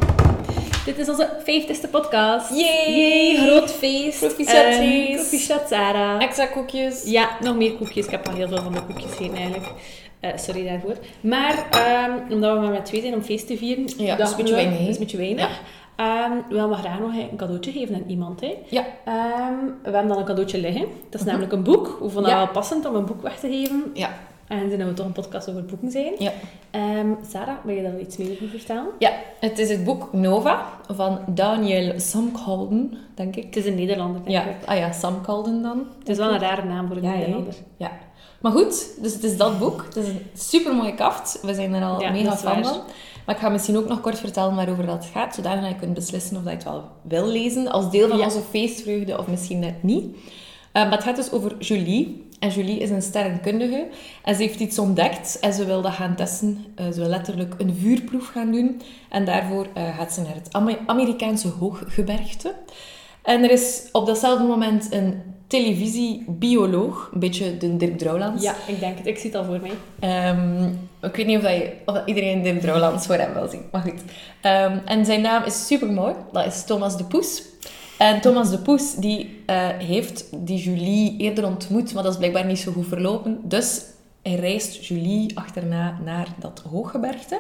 dit is onze vijftigste podcast. Yay! Yay, groot feest. Proficiatjes. Um, proficiat, Sarah. Extra koekjes. Ja, nog meer koekjes. Ik heb al heel veel van de koekjes gegeten eigenlijk. Uh, sorry daarvoor. Maar um, omdat we maar met twee zijn om feest te vieren... Ja, dat is een beetje weinig. Dat is een beetje weinig. Ja. Um, we willen graag nog een cadeautje geven aan iemand. Hè. Ja. Um, we hebben dan een cadeautje liggen. Dat is uh-huh. namelijk een boek. We vonden ja. het wel passend om een boek weg te geven. Ja. En zien dat we toch een podcast over boeken zijn. Ja. Um, Sarah, wil je daar iets meer over vertellen? Ja, het is het boek Nova van Daniel Samkalden, denk ik. Het is een Nederlander, denk ja. ik. Ah ja, Samkalden dan. Het is wel een rare naam voor een ja, Nederlander. Ja. Maar goed, dus het is dat boek. Het is een supermooie kaft. We zijn er al ja, mega fan van. Maar ik ga misschien ook nog kort vertellen waarover dat gaat, zodat je kunt beslissen of dat je het wel wil lezen, als deel van ja. onze feestvreugde, of misschien net niet. Uh, maar het gaat dus over Julie. En Julie is een sterrenkundige. En ze heeft iets ontdekt en ze wil dat gaan testen. Uh, ze wil letterlijk een vuurproef gaan doen. En daarvoor uh, gaat ze naar het Amerikaanse hooggebergte. En er is op datzelfde moment een televisiebioloog, een beetje de Dirk Drouwlands. Ja, ik denk het. Ik zie het al voor mij. Um, ik weet niet of, dat je, of dat iedereen Dirk Drouwlands voor hem wil zien, maar goed. Um, en zijn naam is supermooi. Dat is Thomas de Poes. En Thomas de Poes die, uh, heeft die Julie eerder ontmoet, maar dat is blijkbaar niet zo goed verlopen. Dus hij reist Julie achterna naar dat hooggebergte.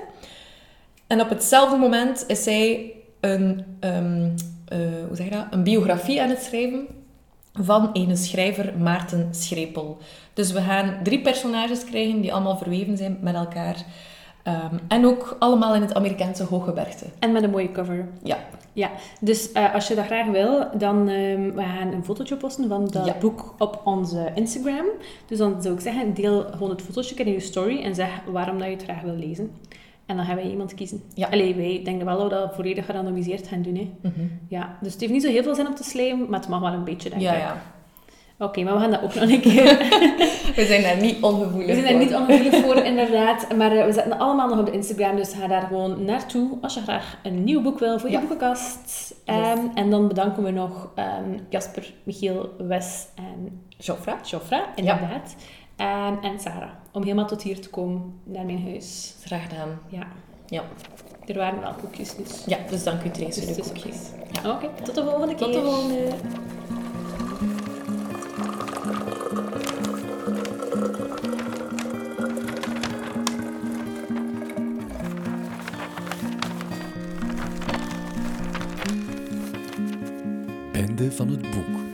En op hetzelfde moment is hij een, um, uh, hoe zeg je dat? een biografie aan het schrijven van een schrijver, Maarten Schrepel. Dus we gaan drie personages krijgen die allemaal verweven zijn met elkaar. Um, en ook allemaal in het Amerikaanse hooggebergte. En met een mooie cover. Ja. Ja, dus uh, als je dat graag wil, dan um, we gaan een fotootje posten van dat ja. boek op onze Instagram. Dus dan zou ik zeggen, deel gewoon het fotootje in je story en zeg waarom dat je het graag wil lezen. En dan gaan wij iemand kiezen. Ja. Allee, wij denken wel dat we dat volledig gerandomiseerd gaan doen. Hè. Mm-hmm. Ja, dus het heeft niet zo heel veel zin om te slijmen, maar het mag wel een beetje, denk ja, ik. Ja. Oké, okay, maar we gaan dat ook nog een keer... We zijn daar niet ongevoelig We zijn daar niet ongevoelig voor, inderdaad. Maar uh, we zetten allemaal nog op de Instagram, dus ga daar gewoon naartoe als je graag een nieuw boek wil voor je ja. boekenkast. Um, Yes. En dan bedanken we nog um, Jasper, Michiel, Wes en Joffra. Joffra, inderdaad. Ja. Um, en Sarah, om helemaal tot hier te komen, naar mijn huis. Graag gedaan. Ja. Ja. Er waren wel koekjes, dus... Ja, dus dank u Trace Dus voor de het is koekjes. Ja. Oké, okay, tot de volgende keer. Tot de volgende. Einde van het boek.